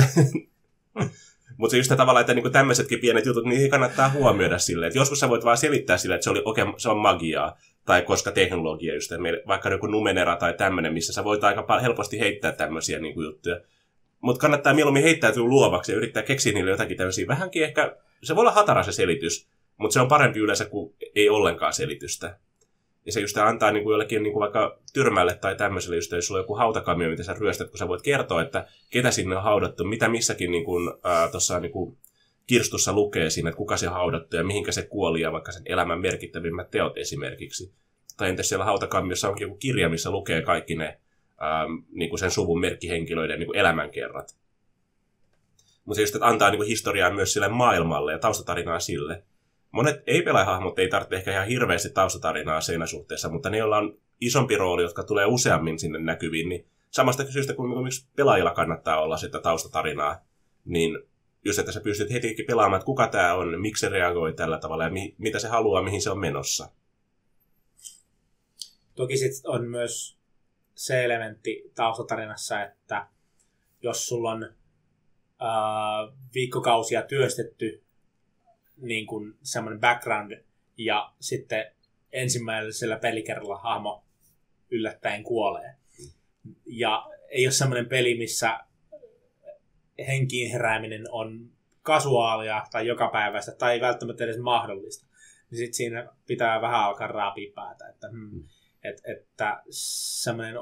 Mutta se just tavallaan, että niinku tämmöisetkin pienet jutut, niihin kannattaa huomioida silleen. Että joskus sä voit vaan selittää silleen, että se on magiaa. Tai koska teknologia just, vaikka joku Numenera tai tämmöinen, missä sä voit aika helposti heittää tämmöisiä niinku juttuja. Mutta kannattaa mieluummin heittäytyä luovaksi ja yrittää keksiä niille jotakin tämmöisiä. Vähänkin ehkä, se voi olla hatara se selitys, mutta se on parempi yleensä kuin ei ollenkaan selitystä. Ja se just antaa niinku jollekin niinku vaikka tyrmälle tai tämmöiselle, just, jos sulla on joku hautakamio, mitä sä ryöstät, kun sä voit kertoa, että ketä sinne on haudattu, mitä missäkin niinku, tuossa niinku kirstussa lukee siinä, että kuka se on haudattu ja mihinkä se kuoli ja vaikka sen elämän merkittävimmät teot esimerkiksi. Tai entäs siellä hautakamiossa onkin joku kirja, missä lukee kaikki ne niinku sen suvun merkkihenkilöiden niinku elämänkerrat. Mutta se just, että antaa niinku historiaa myös sille maailmalle ja taustatarinaa sille. Monet ei-pelaajahahmot ei tarvitse ehkä ihan hirveästi taustatarinaa siinä suhteessa, mutta ne, joilla on isompi rooli, jotka tulee useammin sinne näkyviin, niin samasta syystä kuin miksi pelaajilla kannattaa olla sitä taustatarinaa, niin just, että sä pystyt hetikin pelaamaan, että kuka tämä on, miksi se reagoi tällä tavalla ja mitä se haluaa, mihin se on menossa. Toki sitten on myös se elementti taustatarinassa, että jos sulla on viikkokausia työstetty niin kuin semmoinen background ja sitten ensimmäisellä pelikerralla hahmo yllättäen kuolee. Ja ei ole semmoinen peli, missä henkiin herääminen on kasuaalia tai jokapäiväistä tai ei välttämättä edes mahdollista. Niin sitten siinä pitää vähän alkaa raapia päätä, että semmoinen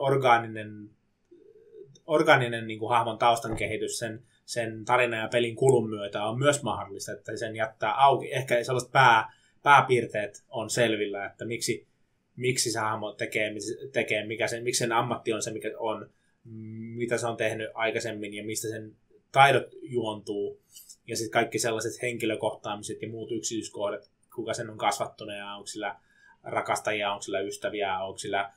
orgaaninen niin kuin hahmon taustan kehitys sen tarinan ja pelin kulun myötä on myös mahdollista, että sen jättää auki. Ehkä sellaiset pääpiirteet on selvillä, että miksi se hahmo tekee miksi sen ammatti on se, mikä on, mitä se on tehnyt aikaisemmin ja mistä sen taidot juontuu. Ja sitten kaikki sellaiset henkilökohtaamiset ja muut yksityiskohdat, kuka sen on kasvattunut ja onko sillä rakastajia, onko sillä ystäviä, onko sillä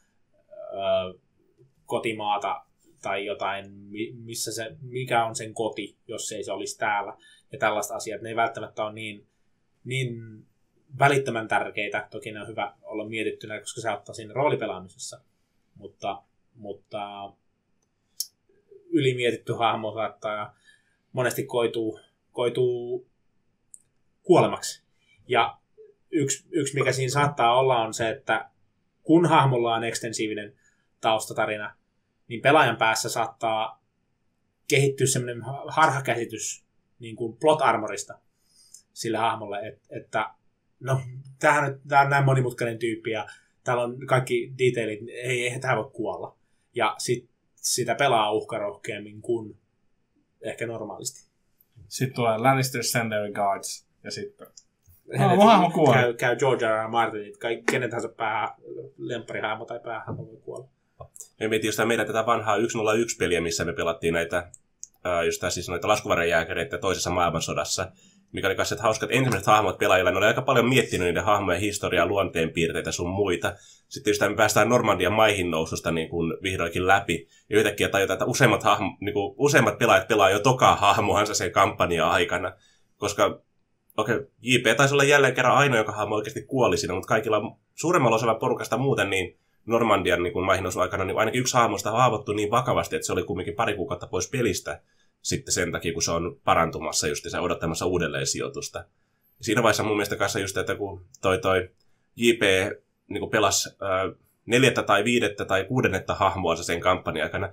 kotimaata tai jotain, mikä on sen koti, jos ei se olisi täällä. Ja tällaista asiat, ne ei välttämättä ole niin välittömän tärkeitä. Toki ne on hyvä olla mietittynä, koska se auttaa siinä roolipelaamisessa. Mutta ylimietitty hahmo saattaa monesti koituu kuolemaksi. Ja yksi mikä siinä saattaa olla, on se, että kun hahmolla on ekstensiivinen taustatarina, niin pelaajan päässä saattaa kehittyä semmoinen harhakäsitys niin kuin plot armorista sille hahmolle, että no, tämä on näin monimutkainen tyyppi ja täällä on kaikki detailit, eihän tämä voi kuolla. Ja sitä pelaa uhkarohkeammin kuin ehkä normaalisti. Sitten tulee Lannister Secondary Guards ja sitten käy George R. R. Martinit, kenen tahansa lempparihahmo tai päähahmo voi kuolla. Me mietin just meidän tätä vanhaa 101-peliä, missä me pelattiin näitä, siis noita laskuvarjojääkäreitä toisessa maailmansodassa, mikä oli kanssa hauskat ensimmäiset hahmot pelaajilla. Ne oli aika paljon miettinyt niiden hahmojen historiaa, luonteenpiirteitä sun muita. Sitten just me päästään Normandian maihin noususta niin kuin vihdoinkin läpi. Ja yhtäkkiä tajutaan, että useimmat pelaajat pelaa jo tokaa hahmoansa sen kampanjan aikana. Koska JP taisi olla jälleen kerran ainoa, joka hahmo oikeasti kuoli siinä, mutta kaikilla suuremmalla osalla porukasta muuten, niin Normandian niin maihin nousun aikana niin ainakin yksi hahmosta haavoittui niin vakavasti, että se oli kumminkin pari kuukautta pois pelistä sitten sen takia, kun se on parantumassa just ja odottamassa uudelleen sijoitusta. Siinä vaiheessa mun mielestä kanssa just, että kun toi JP niin pelasi 4. tai 5. tai 6. hahmoa sen kampanjan aikana,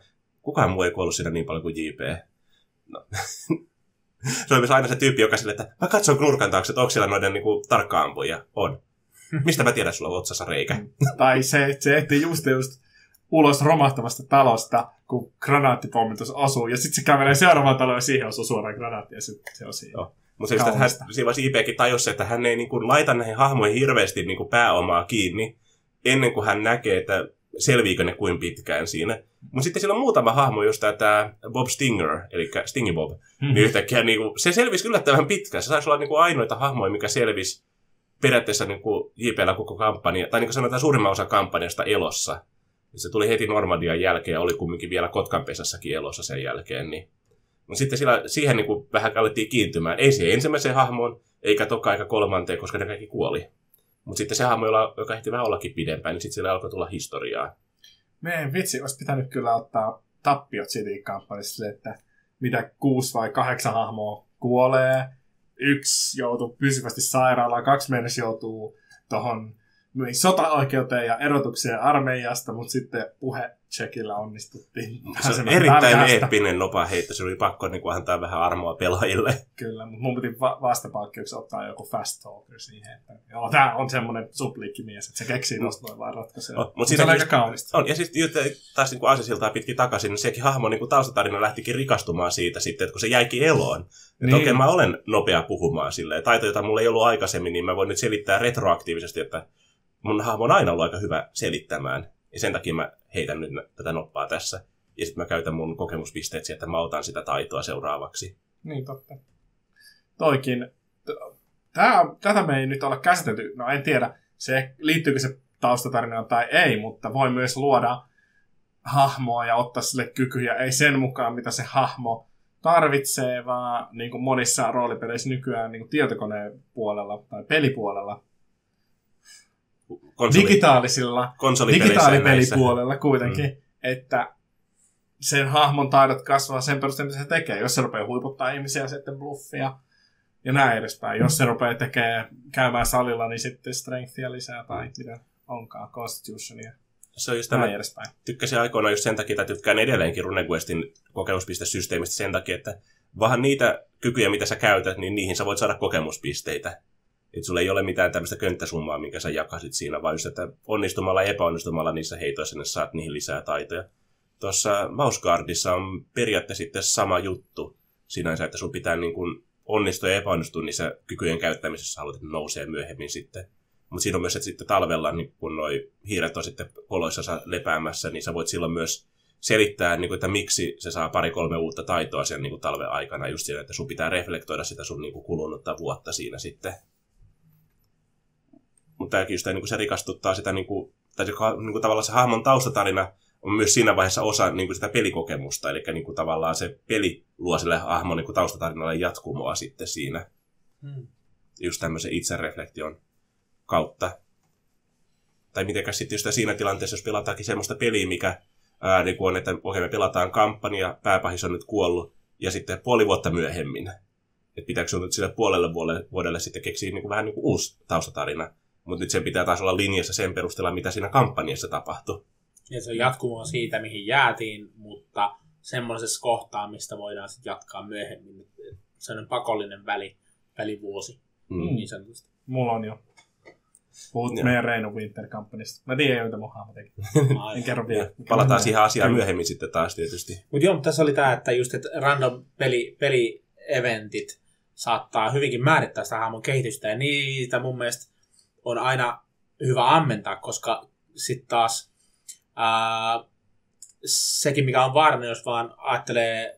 kukaan muu ei kuollut siinä niin paljon kuin JP. No. Se oli myös aina se tyyppi, joka sille, että mä katson nurkan taakse, että onko siellä noiden niin kuin, tarkka-ampuja. On. Mistä mä tiedän, sulla on otsassa reikä? Tai se ehtii just ulos romahtavasta talosta, kun granaattipommitus osuu, ja sitten se kävelee seuraavaan taloon, ja siihen osuu suoraan granaatti, ja sitten se on siinä. Joo. Mutta siinä vaiheessa IPkin tajusi, että hän ei niin kuin, laita näihin hahmoihin hirveästi niin kuin, pääomaa kiinni, ennen kuin hän näkee, että selviikö ne kuin pitkään siinä. Mutta sitten siellä on muutama hahmo, just tämä Bob Stinger, eli Stingy Bob, niin yhtäkkiä niin kuin, se selvisi yllättävän pitkään. Se saisi olla niin kuin, ainoita hahmoja, mikä selvisi periaatteessa niin kuin, JP:llä koko kampanja, tai niin kuin sanotaan suurimman osan kampanjasta elossa. Se tuli heti Normandian jälkeen ja oli kumminkin vielä Kotkanpesässäkin elossa sen jälkeen. Niin. Mutta sitten siihen niin kuin vähän alettiin kiintymään. Ei siihen ensimmäiseen hahmoon, eikä toka eikä kolmanteen, koska ne kaikki kuoli. Mutta sitten se hahmo, joka ehti vähän ollakin pidempään, niin sitten sillä alkoi tulla historiaa. Meidän vitsi, olisi pitänyt kyllä ottaa tappiot City-kampanjassa, että mitä 6 vai 8 hahmoa kuolee, 1 joutuu pysyvästi sairaalaan, 2 mennessä joutuu tuohon sotaoikeuteen ja erotukseen armeijasta, mutta sitten puhe-checkillä onnistuttiin. Se on erittäin eeppinen nopa heitto. Se oli pakko niin kuin antaa vähän armoa pelaajille. Kyllä, mutta mun piti vastapalkkioksi ottaa joku fast talker siihen. Että, joo, tää on semmoinen supliikkimies, että se keksii tosta noin vaan ratkaisee. Mutta se on aika kaunista. On, ja sitten taas niin Aasisiltaa pitkin takaisin, niin sekin hahmo niin kuin taustatarina lähtikin rikastumaan siitä sitten, että kun se jäikin eloon. Että niin. Okei, mä olen nopea puhumaan silleen. Taito, jota mulla ei ollut aikaisemmin, niin mä voin nyt selittää retroaktiivisesti, että mun hahmo on aina ollut aika hyvä selittämään. Ja sen takia mä heitän nyt tätä noppaa tässä. Ja sitten mä käytän mun kokemuspisteet siihen, että mä otan sitä taitoa seuraavaksi. Niin, totta. Toikin. Tätä me ei nyt olla käsitelty. No en tiedä, liittyykö se taustatarinaan tai ei, mutta voi myös luoda hahmoa ja ottaa sille kykyjä. Ei sen mukaan, mitä se hahmo tarvitsee, vaan niin kuin monissa roolipeleissä nykyään niin kuin tietokoneen puolella tai pelipuolella. Digitaalipelipuolella kuitenkin, että sen hahmon taidot kasvaa sen perusteella, mitä se tekee. Jos se rupeaa huiputtaa ihmisiä, sitten bluffia ja näin edespäin. Jos se rupeaa käymään salilla, niin sitten strengthia lisää tai mitä onkaan, constitutionia. Se on just tämä, tykkäsin aikoinaan just sen takia, että tykkään edelleenkin RuneQuestin kokemuspistesysteemistä sen takia, että vaan niitä kykyjä, mitä sä käytät, niin niihin sä voit saada kokemuspisteitä. Että sulla ei ole mitään tämmöistä könttäsummaa, minkä sä jakasit siinä, vaan just, että onnistumalla ja epäonnistumalla niissä heitoissa ne saat niihin lisää taitoja. Tuossa Mouseguardissa on periaatteessa sitten sama juttu sinänsä, että sun pitää niin kuin onnistua ja epäonnistua niissä kykyjen käyttämisessä, haluat, että ne nousee myöhemmin sitten. Mutta siinä on myös, että sitten talvella, niin kun noi hiiret on sitten poloissa lepäämässä, niin sä voit silloin myös selittää, niin kuin, että miksi se saa 2-3 uutta taitoa sen niin kuin talven aikana, just siinä, että sun pitää reflektoida sitä sun niin kuin kulunutta vuotta siinä sitten. Mutta tämäkin just niin se rikastuttaa sitä, niin kuin, tai niin kuin tavallaan se hahmon taustatarina on myös siinä vaiheessa osa niin kuin sitä pelikokemusta, eli niin kuin tavallaan se peli luo sille hahmon niin kuin taustatarinalle jatkumoa sitten siinä. Just tämmöisen itsereflektion kautta. Tai mitenkäs sitten just siinä tilanteessa, jos pelataankin semmoista peliä, mikä niin kuin on, että okei, me pelataan kampanja, pääpahis on nyt kuollut, ja sitten puoli vuotta myöhemmin. Että pitääkö sun nyt sille puolelle vuodelle sitten keksiä niin kuin vähän niin kuin uusi taustatarina. Mutta nyt sen pitää taas olla linjassa sen perusteella, mitä siinä kampanjassa tapahtui. Ja se on jatkumoa siitä, mihin jäätiin, mutta semmoisessa kohtaa, mistä voidaan sitten jatkaa myöhemmin. Sellainen pakollinen välivuosi. Niin sanotusti. Mulla on jo. Puhut meidän Reino Winter-kampanjasta. Mä tiedän, joita mun hahmo teki. En kerro vielä. Palataan siihen asiaan myöhemmin sitten taas tietysti. Mutta joo, tässä oli tämä, että just että random peli-eventit saattaa hyvinkin määrittää sitä hahmon kehitystä. Ja niitä mun mielestä on aina hyvä ammentaa, koska sitten taas sekin, mikä on vaarallinen, jos vaan ajattelee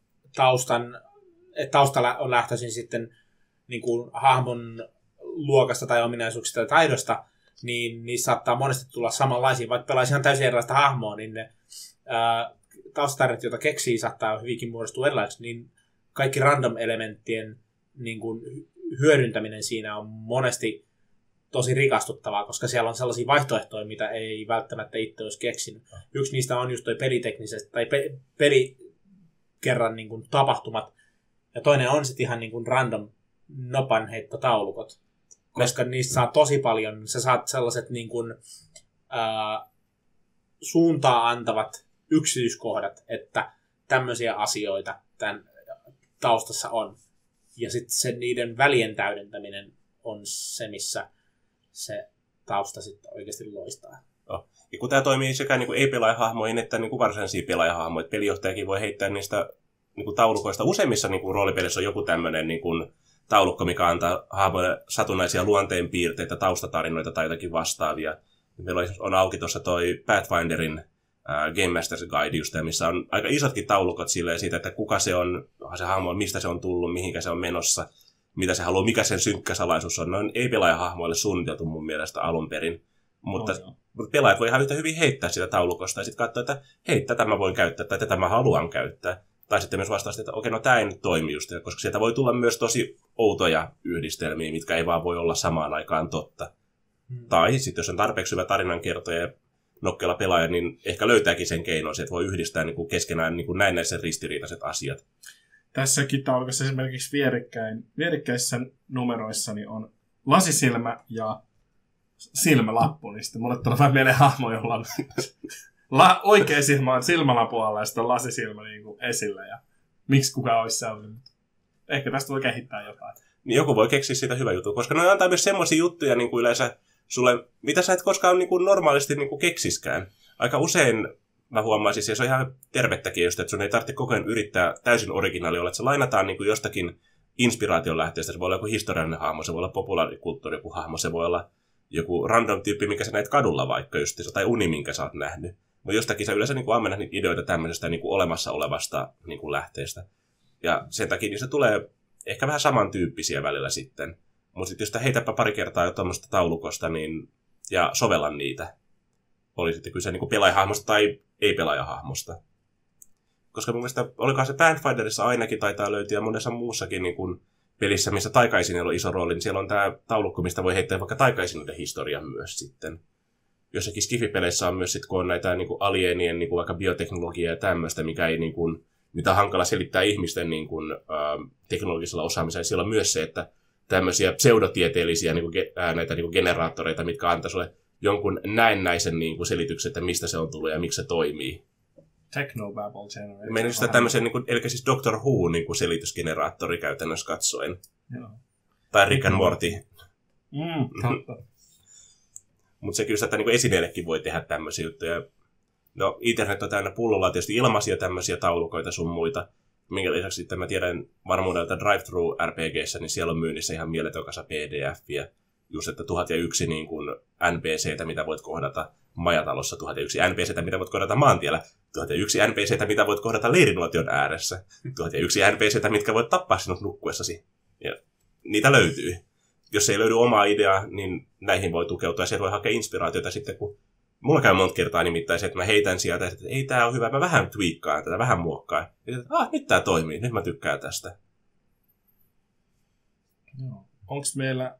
että taustalla on lähtöisin sitten niin kuin hahmon luokasta tai ominaisuuksista tai taidosta, niin niissä saattaa monesti tulla samanlaisia. Vaikka pelaisi ihan täysin erilaista hahmoa, niin ne taustatarinat, joita keksii, saattaa hyvinkin muodostua erilaisiksi. Niin kaikki random-elementtien niin kuin hyödyntäminen siinä on monesti tosi rikastuttavaa, koska siellä on sellaisia vaihtoehtoja, mitä ei välttämättä itse olisi keksinyt. Yksi niistä on just toi peliteknisestä tai pelikerran niin kuin tapahtumat, ja toinen on sitten ihan niin kuin random nopanheittotaulukot, koska niistä saa tosi paljon, sä saat sellaiset niin kuin, suuntaa antavat yksityiskohdat, että tämmöisiä asioita tämän taustassa on. Ja sitten se niiden välien täydentäminen on se, missä se tausta sitten oikeasti loistaa. Ja kun tämä toimii sekä niin kuin ei-pelaajahahmoihin että niin kuin varsinaisiin pelaajahahmoihin, pelijohtajakin voi heittää niistä niin kuin taulukoista. Useimmissa niin kuin roolipelissä on joku tämmöinen niin kuin taulukko, mikä antaa hahmoille satunnaisia luonteenpiirteitä, taustatarinoita tai jotakin vastaavia. Meillä on auki tuossa toi Pathfinderin Game Master's Guide, just, missä on aika isotkin taulukot silleen siitä, että kuka se on, se hahmo, mistä se on tullut, mihinkä se on menossa, mitä se haluaa, mikä sen synkkä salaisuus on. Ne on ei-pelaajahahmoille suunniteltu mun mielestä alun perin. Mutta pelaajat voi ihan yhtä hyvin heittää sitä taulukosta ja sitten katsoa, että hei, tätä mä voin käyttää tai tätä mä haluan käyttää. Tai sitten myös vastaasti, että okei, no tämä ei nyt toimi just, koska sieltä voi tulla myös tosi outoja yhdistelmiä, mitkä ei vaan voi olla samaan aikaan totta. Tai sitten jos on tarpeeksi hyvä tarinankertoja ja nokkela pelaaja, niin ehkä löytääkin sen keinon, että voi yhdistää niin kuin keskenään niin kuin näennäisen ristiriitaiset asiat. Tässäkin taulukossa esimerkiksi vierekkäisissä numeroissa niin on lasisilmä ja silmälappu, niin sitten mulle tulee vähän mieleen hahmo, jolla on oikea silmä on silmälapun alla ja sitten on lasisilmä niin kuin esillä. Ja miksi kukaan olisi sellainen? Ehkä tästä voi kehittää jotain. Niin joku voi keksiä siitä hyvä juttu, koska ne antaa myös semmoisia juttuja niin kuin yleensä sulle, mitä sä et koskaan niin kuin normaalisti niin kuin keksiskään. Aika usein mä huomaisin, ja se on ihan tervettäkin just, että sun ei tarvitse koko ajan yrittää täysin originaali olla, että se lainataan niin kuin jostakin inspiraation lähteestä. Se voi olla joku historiallinen hahmo, se voi olla populaarikulttuuri joku hahmo, se voi olla joku random tyyppi, mikä sä näet kadulla vaikka just, tai uni, minkä sä oot nähnyt. Mutta jostakin sä yleensä niin kuin ammennat niitä ideoita tämmöisestä niin kuin olemassa olevasta niin kuin lähteestä. Ja sen takia niin se tulee ehkä vähän samantyyppisiä välillä sitten. Mutta sitten jos heitäpä pari kertaa jo tuommoista taulukosta niin, ja sovella niitä, oli sitten kyse niin kuin pelaajahahmosta tai ei-pelaajahahmosta. Koska mun mielestä, olikohan se Pathfinderissa ainakin taitaa löytyä ja monessa muussakin niin kuin pelissä, missä taikaisinilla on iso rooli, niin siellä on tämä taulukko, mistä voi heittää vaikka taikaisinille historian myös sitten. Jossakin skifipeleissä on myös sitten, kun on näitä niin kuin alienien niin kuin vaikka bioteknologiaa ja tämmöistä, mikä ei niin kuin, mitä on hankala selittää ihmisten niin kuin, teknologisella osaamisella. Siellä on myös se, että tämmöisiä pseudotieteellisiä niin kuin, näitä niin kuin generaattoreita, mitkä antaa sulle jonkun näennäisen niin kuin selityksen, että mistä se on tullut ja miksi se toimii. Technobabble generator. Meidän sitä tämmöisen, niin kuin, eli siis Doctor Who niin kuin selitysgeneraattori käytännössä katsoen. Joo. Tai Rick and Morty. Totta. Mutta se kyllä, että niin esineellekin voi tehdä tämmöisiä juttuja. No, internet on täynnä pullolla tietysti ilmaisia tämmöisiä taulukoita sun muita. Minkä lisäksi sitten mä tiedän varmuudelta Drive-Thru RPG:ssä, niin siellä on myynnissä ihan mieletön kasa PDF-iä. Just, että 1001 niin kuin NPC:tä, mitä voit kohdata majatalossa, 1001 NPC:tä, mitä voit kohdata maantiellä, 1001 NPC:tä, mitä voit kohdata leirinuotion ääressä, 1001 NPC:tä, mitkä voit tappaa sinut nukkuessasi. Ja niitä löytyy. Jos ei löydy omaa ideaa, niin näihin voi tukeutua ja sieltä voi hakea inspiraatiota sitten, kun mulla käy monta kertaa nimittäin se, että mä heitän sieltä, että ei tää on hyvä, mä vähän tweakkaan tätä, vähän muokkaan. Ja sitten, nyt tää toimii, nyt mä tykkään tästä. Joo. Onks meillä,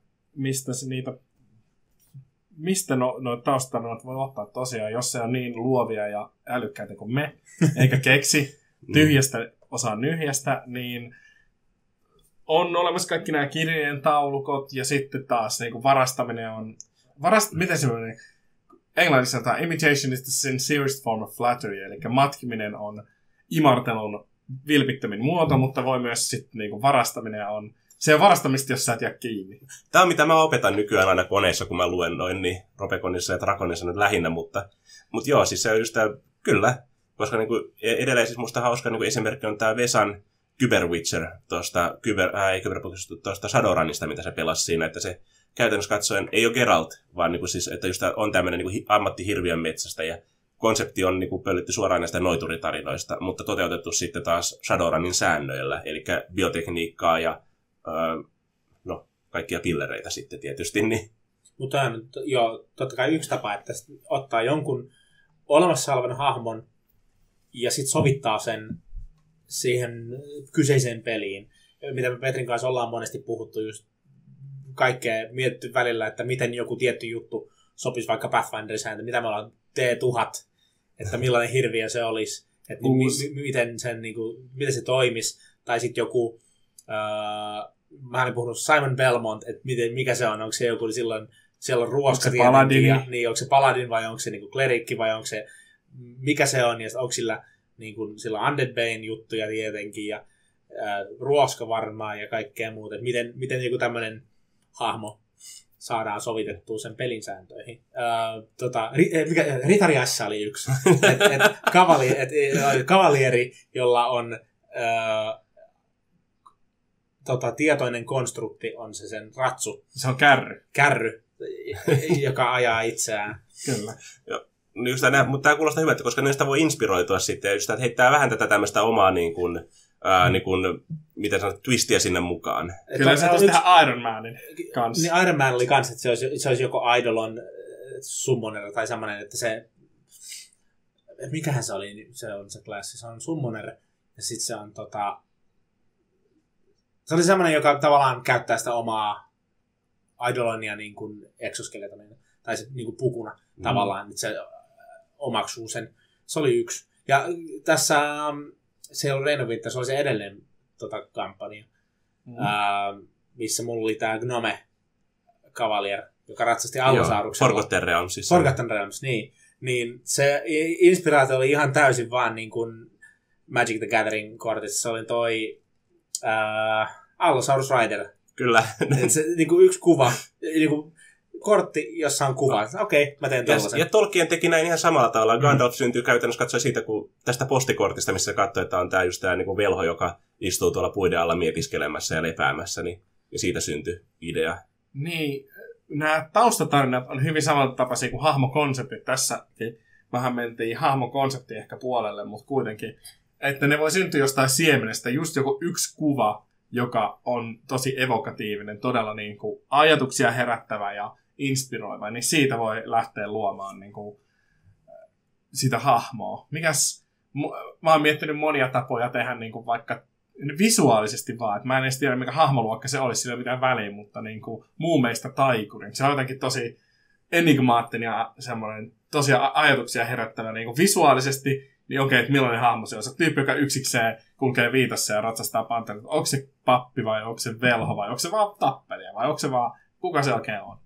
mistä noita taustatarinoita voi ottaa tosiaan, jos se on niin luovia ja älykkäitä kuin me, eikä keksi tyhjästä osaa nyhjästä, niin on olemassa kaikki nämä kirjojen taulukot ja sitten taas niin kuin varastaminen on... miten se on? Englannissa sanotaan, imitation is the sincerest form of flattery, eli matkiminen on imartelun vilpittömin muoto, mutta voi myös sitten niin kuin varastaminen on... Se on varastamista, jos sä et jää kiinni. Tämä on mitä mä opetan nykyään aina koneissa, kun mä luen noin niin Robeconissa ja Dragonissa nyt lähinnä, mutta joo, siis se on just tämä, kyllä, koska niin kuin edelleen siis musta hauska niin kuin esimerkki on tämä Vesan Kyberwitcher tuosta Shadowrunista, mitä se pelasi siinä, että se käytännössä katsoen ei ole Geralt, vaan niin kuin siis, että just on tämmöinen niin kuin ammattihirviön metsästä ja konsepti on niin kuin pölytty suoraan näistä noituritarinoista, mutta toteutettu sitten taas Shadowrunin säännöillä, eli biotekniikkaa ja kaikkia pillereitä sitten tietysti. Niin. Mutta joo, totta kai yksi tapa, että ottaa jonkun olemassa olevan hahmon ja sitten sovittaa sen siihen kyseiseen peliin, mitä me Petrin kanssa ollaan monesti puhuttu just kaikkea mietitty välillä, että miten joku tietty juttu sopisi vaikka Pathfinderin sääntö, mitä me ollaan T1000, että millainen hirviö se olisi, että miten se toimisi, tai sitten joku mä olin puhunut Simon Belmont, että mikä se on, onko se joku silloin siellä on ruoska, paladini? Niin, onko se paladin vai onko se niinku klerikki vai onko se mikä se on, ja onko sillä, niin kuin, sillä Undead Bane juttuja tietenkin, ja ruoska varmaan, ja kaikkea muuta. Miten joku tämmöinen hahmo saadaan sovitettua sen pelin sääntöihin. Ritari S oli yksi. Kavalieri, jolla on tietoinen konstrukti, on se sen ratsu. Se on kärry. Kärry, joka ajaa itseään. Kyllä. Just tämä, mutta tämä kuulostaa hyvältä, koska niistä voi inspiroitua sitten, just, että heittää vähän tätä tämmöistä omaa niin kuin, miten sanot, twistiä sinne mukaan. Kyllä se olisi tehdä Iron Manin kanssa. Niin Iron Man oli kanssa, että se olisi joko Eidolon summoner tai semmoinen, että se, mikähän se oli, se on se klassi, se on summoner, ja sitten se on se oli semmoinen, joka tavallaan käyttää sitä omaa Eidolonia niin kuin exoskeletonina, tai se niin kuin pukuna tavallaan, että se omaksuu sen. Se oli yksi. Ja tässä se ei ollut Reign of Winter, se oli se edelleen kampanja, missä mulla oli tämä Gnome Cavalier, joka ratsasti Allosauruksella. Forgotten Realms. Forgotten Realms, niin se inspiraatio oli ihan täysin vaan niin kuin Magic the Gathering-kortissa. Se oli toi Allosaurus Rider. Kyllä. Se niin kuin yksi kuva, niin kuin kortti, jossa on kuva. Okei, mä teen tollasen. Ja Tolkien teki näin ihan samalla tavalla. Gandalf syntyy käytännössä katsoa siitä, kun tästä postikortista, missä se katsoi, että on tämä just tämä niin velho, joka istuu tuolla puiden alla mietiskelemässä ja lepäämässä, niin ja siitä syntyi idea. Niin, nämä taustatarinat on hyvin samantapaisia kuin hahmokonseptit. Tässäkin vähän mentiin hahmokonseptiin ehkä puolelle, mutta kuitenkin, että ne voi syntyä jostain siemenestä, just joku yksi kuva, joka on tosi evokatiivinen, todella niin kuin ajatuksia herättävä ja inspiroiva, niin siitä voi lähteä luomaan niin kuin sitä hahmoa. Mä oon miettinyt monia tapoja tehdä niin kuin vaikka visuaalisesti vaan, että mä en edes tiedä, mikä hahmoluokka se olisi, sillä ei ole mitään väliä, mutta niin kuin muumeista taikurin. Se on jotenkin tosi enigmaattinen ja semmoinen tosi ajatuksia herättävä niin kuin visuaalisesti, niin okei, että millainen hahmo se on. Se on tyyppi, joka yksikseen kulkee viitassa ja ratsastaa panteria. Onko se pappi vai onko se velho vai onko se vaan tappelija vai onko se vaan, kuka se oikein on?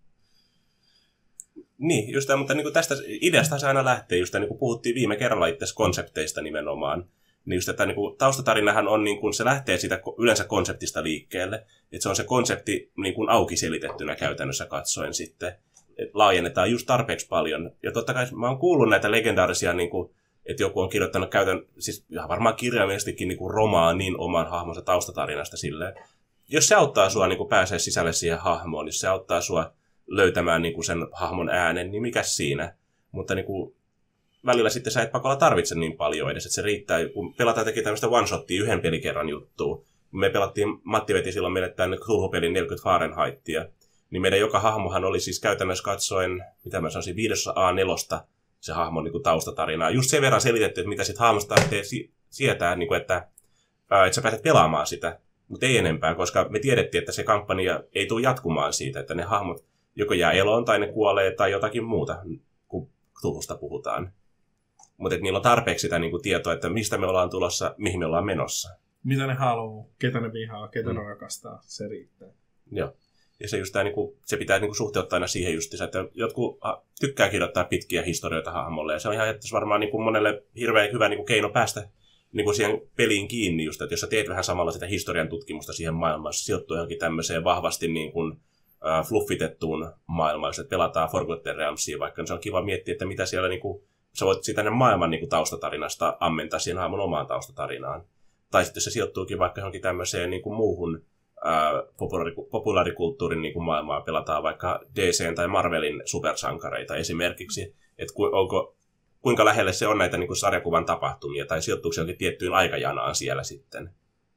Niin, just tämä, mutta niin kuin tästä ideasta se aina lähtee, just niin kuin puhuttiin viime kerralla itse konsepteista nimenomaan. Niin just, että niin kuin taustatarinahan on, niin kuin, se lähtee siitä yleensä konseptista liikkeelle, että se on se konsepti niin kuin auki selitettynä käytännössä katsoen sitten, että laajennetaan just tarpeeksi paljon. Ja totta kai mä oon kuullut näitä legendaarisia, niin kuin, että joku on kirjoittanut siis ihan varmaan kirjaimellisestikin niin kuin romaanin oman hahmonsa taustatarinasta silleen. Jos se auttaa sua niin kuin pääsee sisälle siihen hahmoon, jos se auttaa sua löytämään niin kuin sen hahmon äänen, niin mikäs siinä? Mutta niin kuin, välillä sitten sä et pakolla tarvitse niin paljon edes, että se riittää, kun pelataan teki tämmöistä one-shottia yhden pelikerran juttua. Me pelattiin, Matti veti silloin meille tämän Cthulhu-pelin 40 Fahrenheitia, niin meidän joka hahmohan oli siis käytännössä katsoen, mitä mä sanoisin, 5 A4 se hahmon niin kuin taustatarinaa. Just sen verran selitetty, että mitä sit hahmosta tarvitsee sietää, niin kuin, että sä pääset pelaamaan sitä, mutta ei enempää, koska me tiedettiin, että se kampanja ei tule jatkumaan siitä, että ne hahmot joko jää eloon tai ne kuolee tai jotakin muuta, kun Cthulhusta puhutaan. Mutta niillä on tarpeeksi sitä niinku tietoa, että mistä me ollaan tulossa, mihin me ollaan menossa. Mitä ne haluaa, ketä ne vihaa, ketä ne rakastaa, se riittää. Joo. Ja se, just tää, niinku, se pitää niinku suhteuttaa aina siihen justiinsa, että jotkut tykkää kirjoittaa pitkiä historioita hahmolle. Ja se on ihan varmaan niinku monelle hirveän hyvä niinku keino päästä niinku siihen peliin kiinni. Just, että jos sä teet vähän samalla sitä historian tutkimusta siihen maailmaan, se sijoittuu johonkin tämmöiseen vahvasti niinku, fluffitettuun maailmaan, jos pelataan Forgotten Realmsia, vaikka niin se on kiva miettiä, että mitä siellä niinku, sä voit siitä maailman niin kuin taustatarinasta ammentaa siihen hahmon omaan taustatarinaan. Tai sitten se sijoittuukin vaikka johonkin tämmöiseen niin kuin muuhun populaarikulttuurin niin kuin maailmaan. Pelataan vaikka DC:n tai Marvelin supersankareita esimerkiksi. Että kuinka lähelle se on näitä niin kuin sarjakuvan tapahtumia, tai sijoittuuko se johonkin tiettyyn aikajanaan siellä sitten.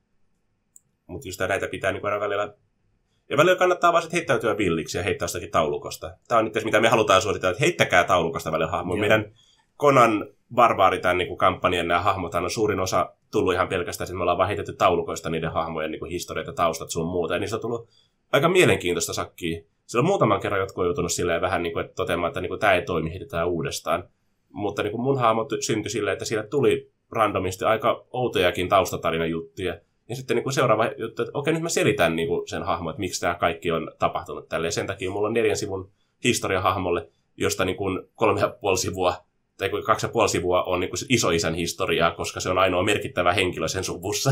Mutta just näitä pitää niin kuin aina välillä. Ja välillä kannattaa vaan heittäytyä villiksi ja heittää jostakin taulukosta. Tämä on nyt mitä me halutaan suositella, että heittäkää taulukosta välillä hahmoja. Meidän Conan Barbaari tämän niin kampanjan nämä hahmothan on suurin osa tullut ihan pelkästään, että me ollaan vaan heitetty taulukoista niiden hahmojen niin historiat ja taustat sun muuta. Ja niistä on tullut aika mielenkiintoista sakkia. Sillä on muutaman kerran jotkut on joutunut silleen vähän niin kuin, että toteamaan, että niin kuin, tämä ei toimi, heitetään uudestaan. Mutta niin kuin mun hahmo syntyi silleen, että siellä tuli randomisti aika outojakin taustatarinajuttuja. Ja sitten niin kuin seuraava juttu, että okei, nyt mä selitän niin kuin sen hahmon, että miksi tämä kaikki on tapahtunut tälleen. Sen takia mulla on 4 sivun historia hahmolle, josta niin kuin 3,5 sivua tai 2,5 sivua on niin kuin isoisän historiaa, koska se on ainoa merkittävä henkilö sen suvussa.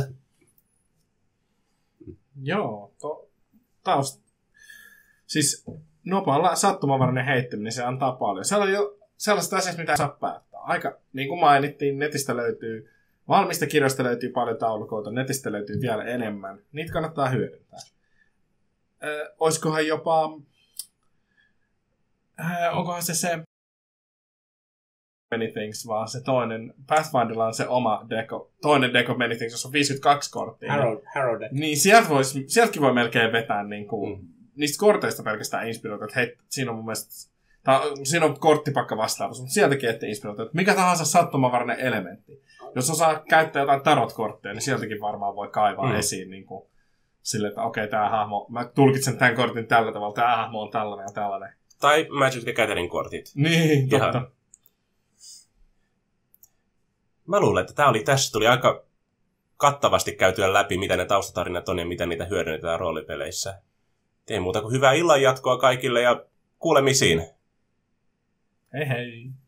Joo, siis nopealla sattumanvarainen heittäminen, se antaa paljon. Se on jo sellaista asiasta, mitä saa päättää. Aika, niin kuin mainittiin, netistä löytyy, valmista kirjoista löytyy paljon taulukoita, netistä löytyy vielä enemmän. Niitä kannattaa hyödyntää. Olisikohan jopa, onkohan se Many Things, vaan se toinen, Pathfinderilla on se oma deko, toinen deko Many Things, jossa on 52 korttia. Harrow deck. Niin sieltäkin voi melkein vetää niin kuin, niistä korteista pelkästään inspiroita, että hei, siinä on mun mielestä, siinä on korttipakka vastaavassa, mutta sieltäkin ette inspiroita, että mikä tahansa sattumanvarainen elementti. Jos osaa käyttää jotain tarot-kortteja, niin sieltäkin varmaan voi kaivaa esiin niin kuin, sille, että okei, tämä hahmo, mä tulkitsen tämän kortin tällä tavalla, tämä hahmo on tällainen ja tällainen. Tai Magic the Gathering-kortit. Niin, totta. Ihan. Mä luulen, että tässä tuli aika kattavasti käytyä läpi, mitä ne taustatarinat on ja miten niitä hyödynnetään roolipeleissä. Ei muuta kuin hyvää illan jatkoa kaikille ja kuulemisiin. Hei hei.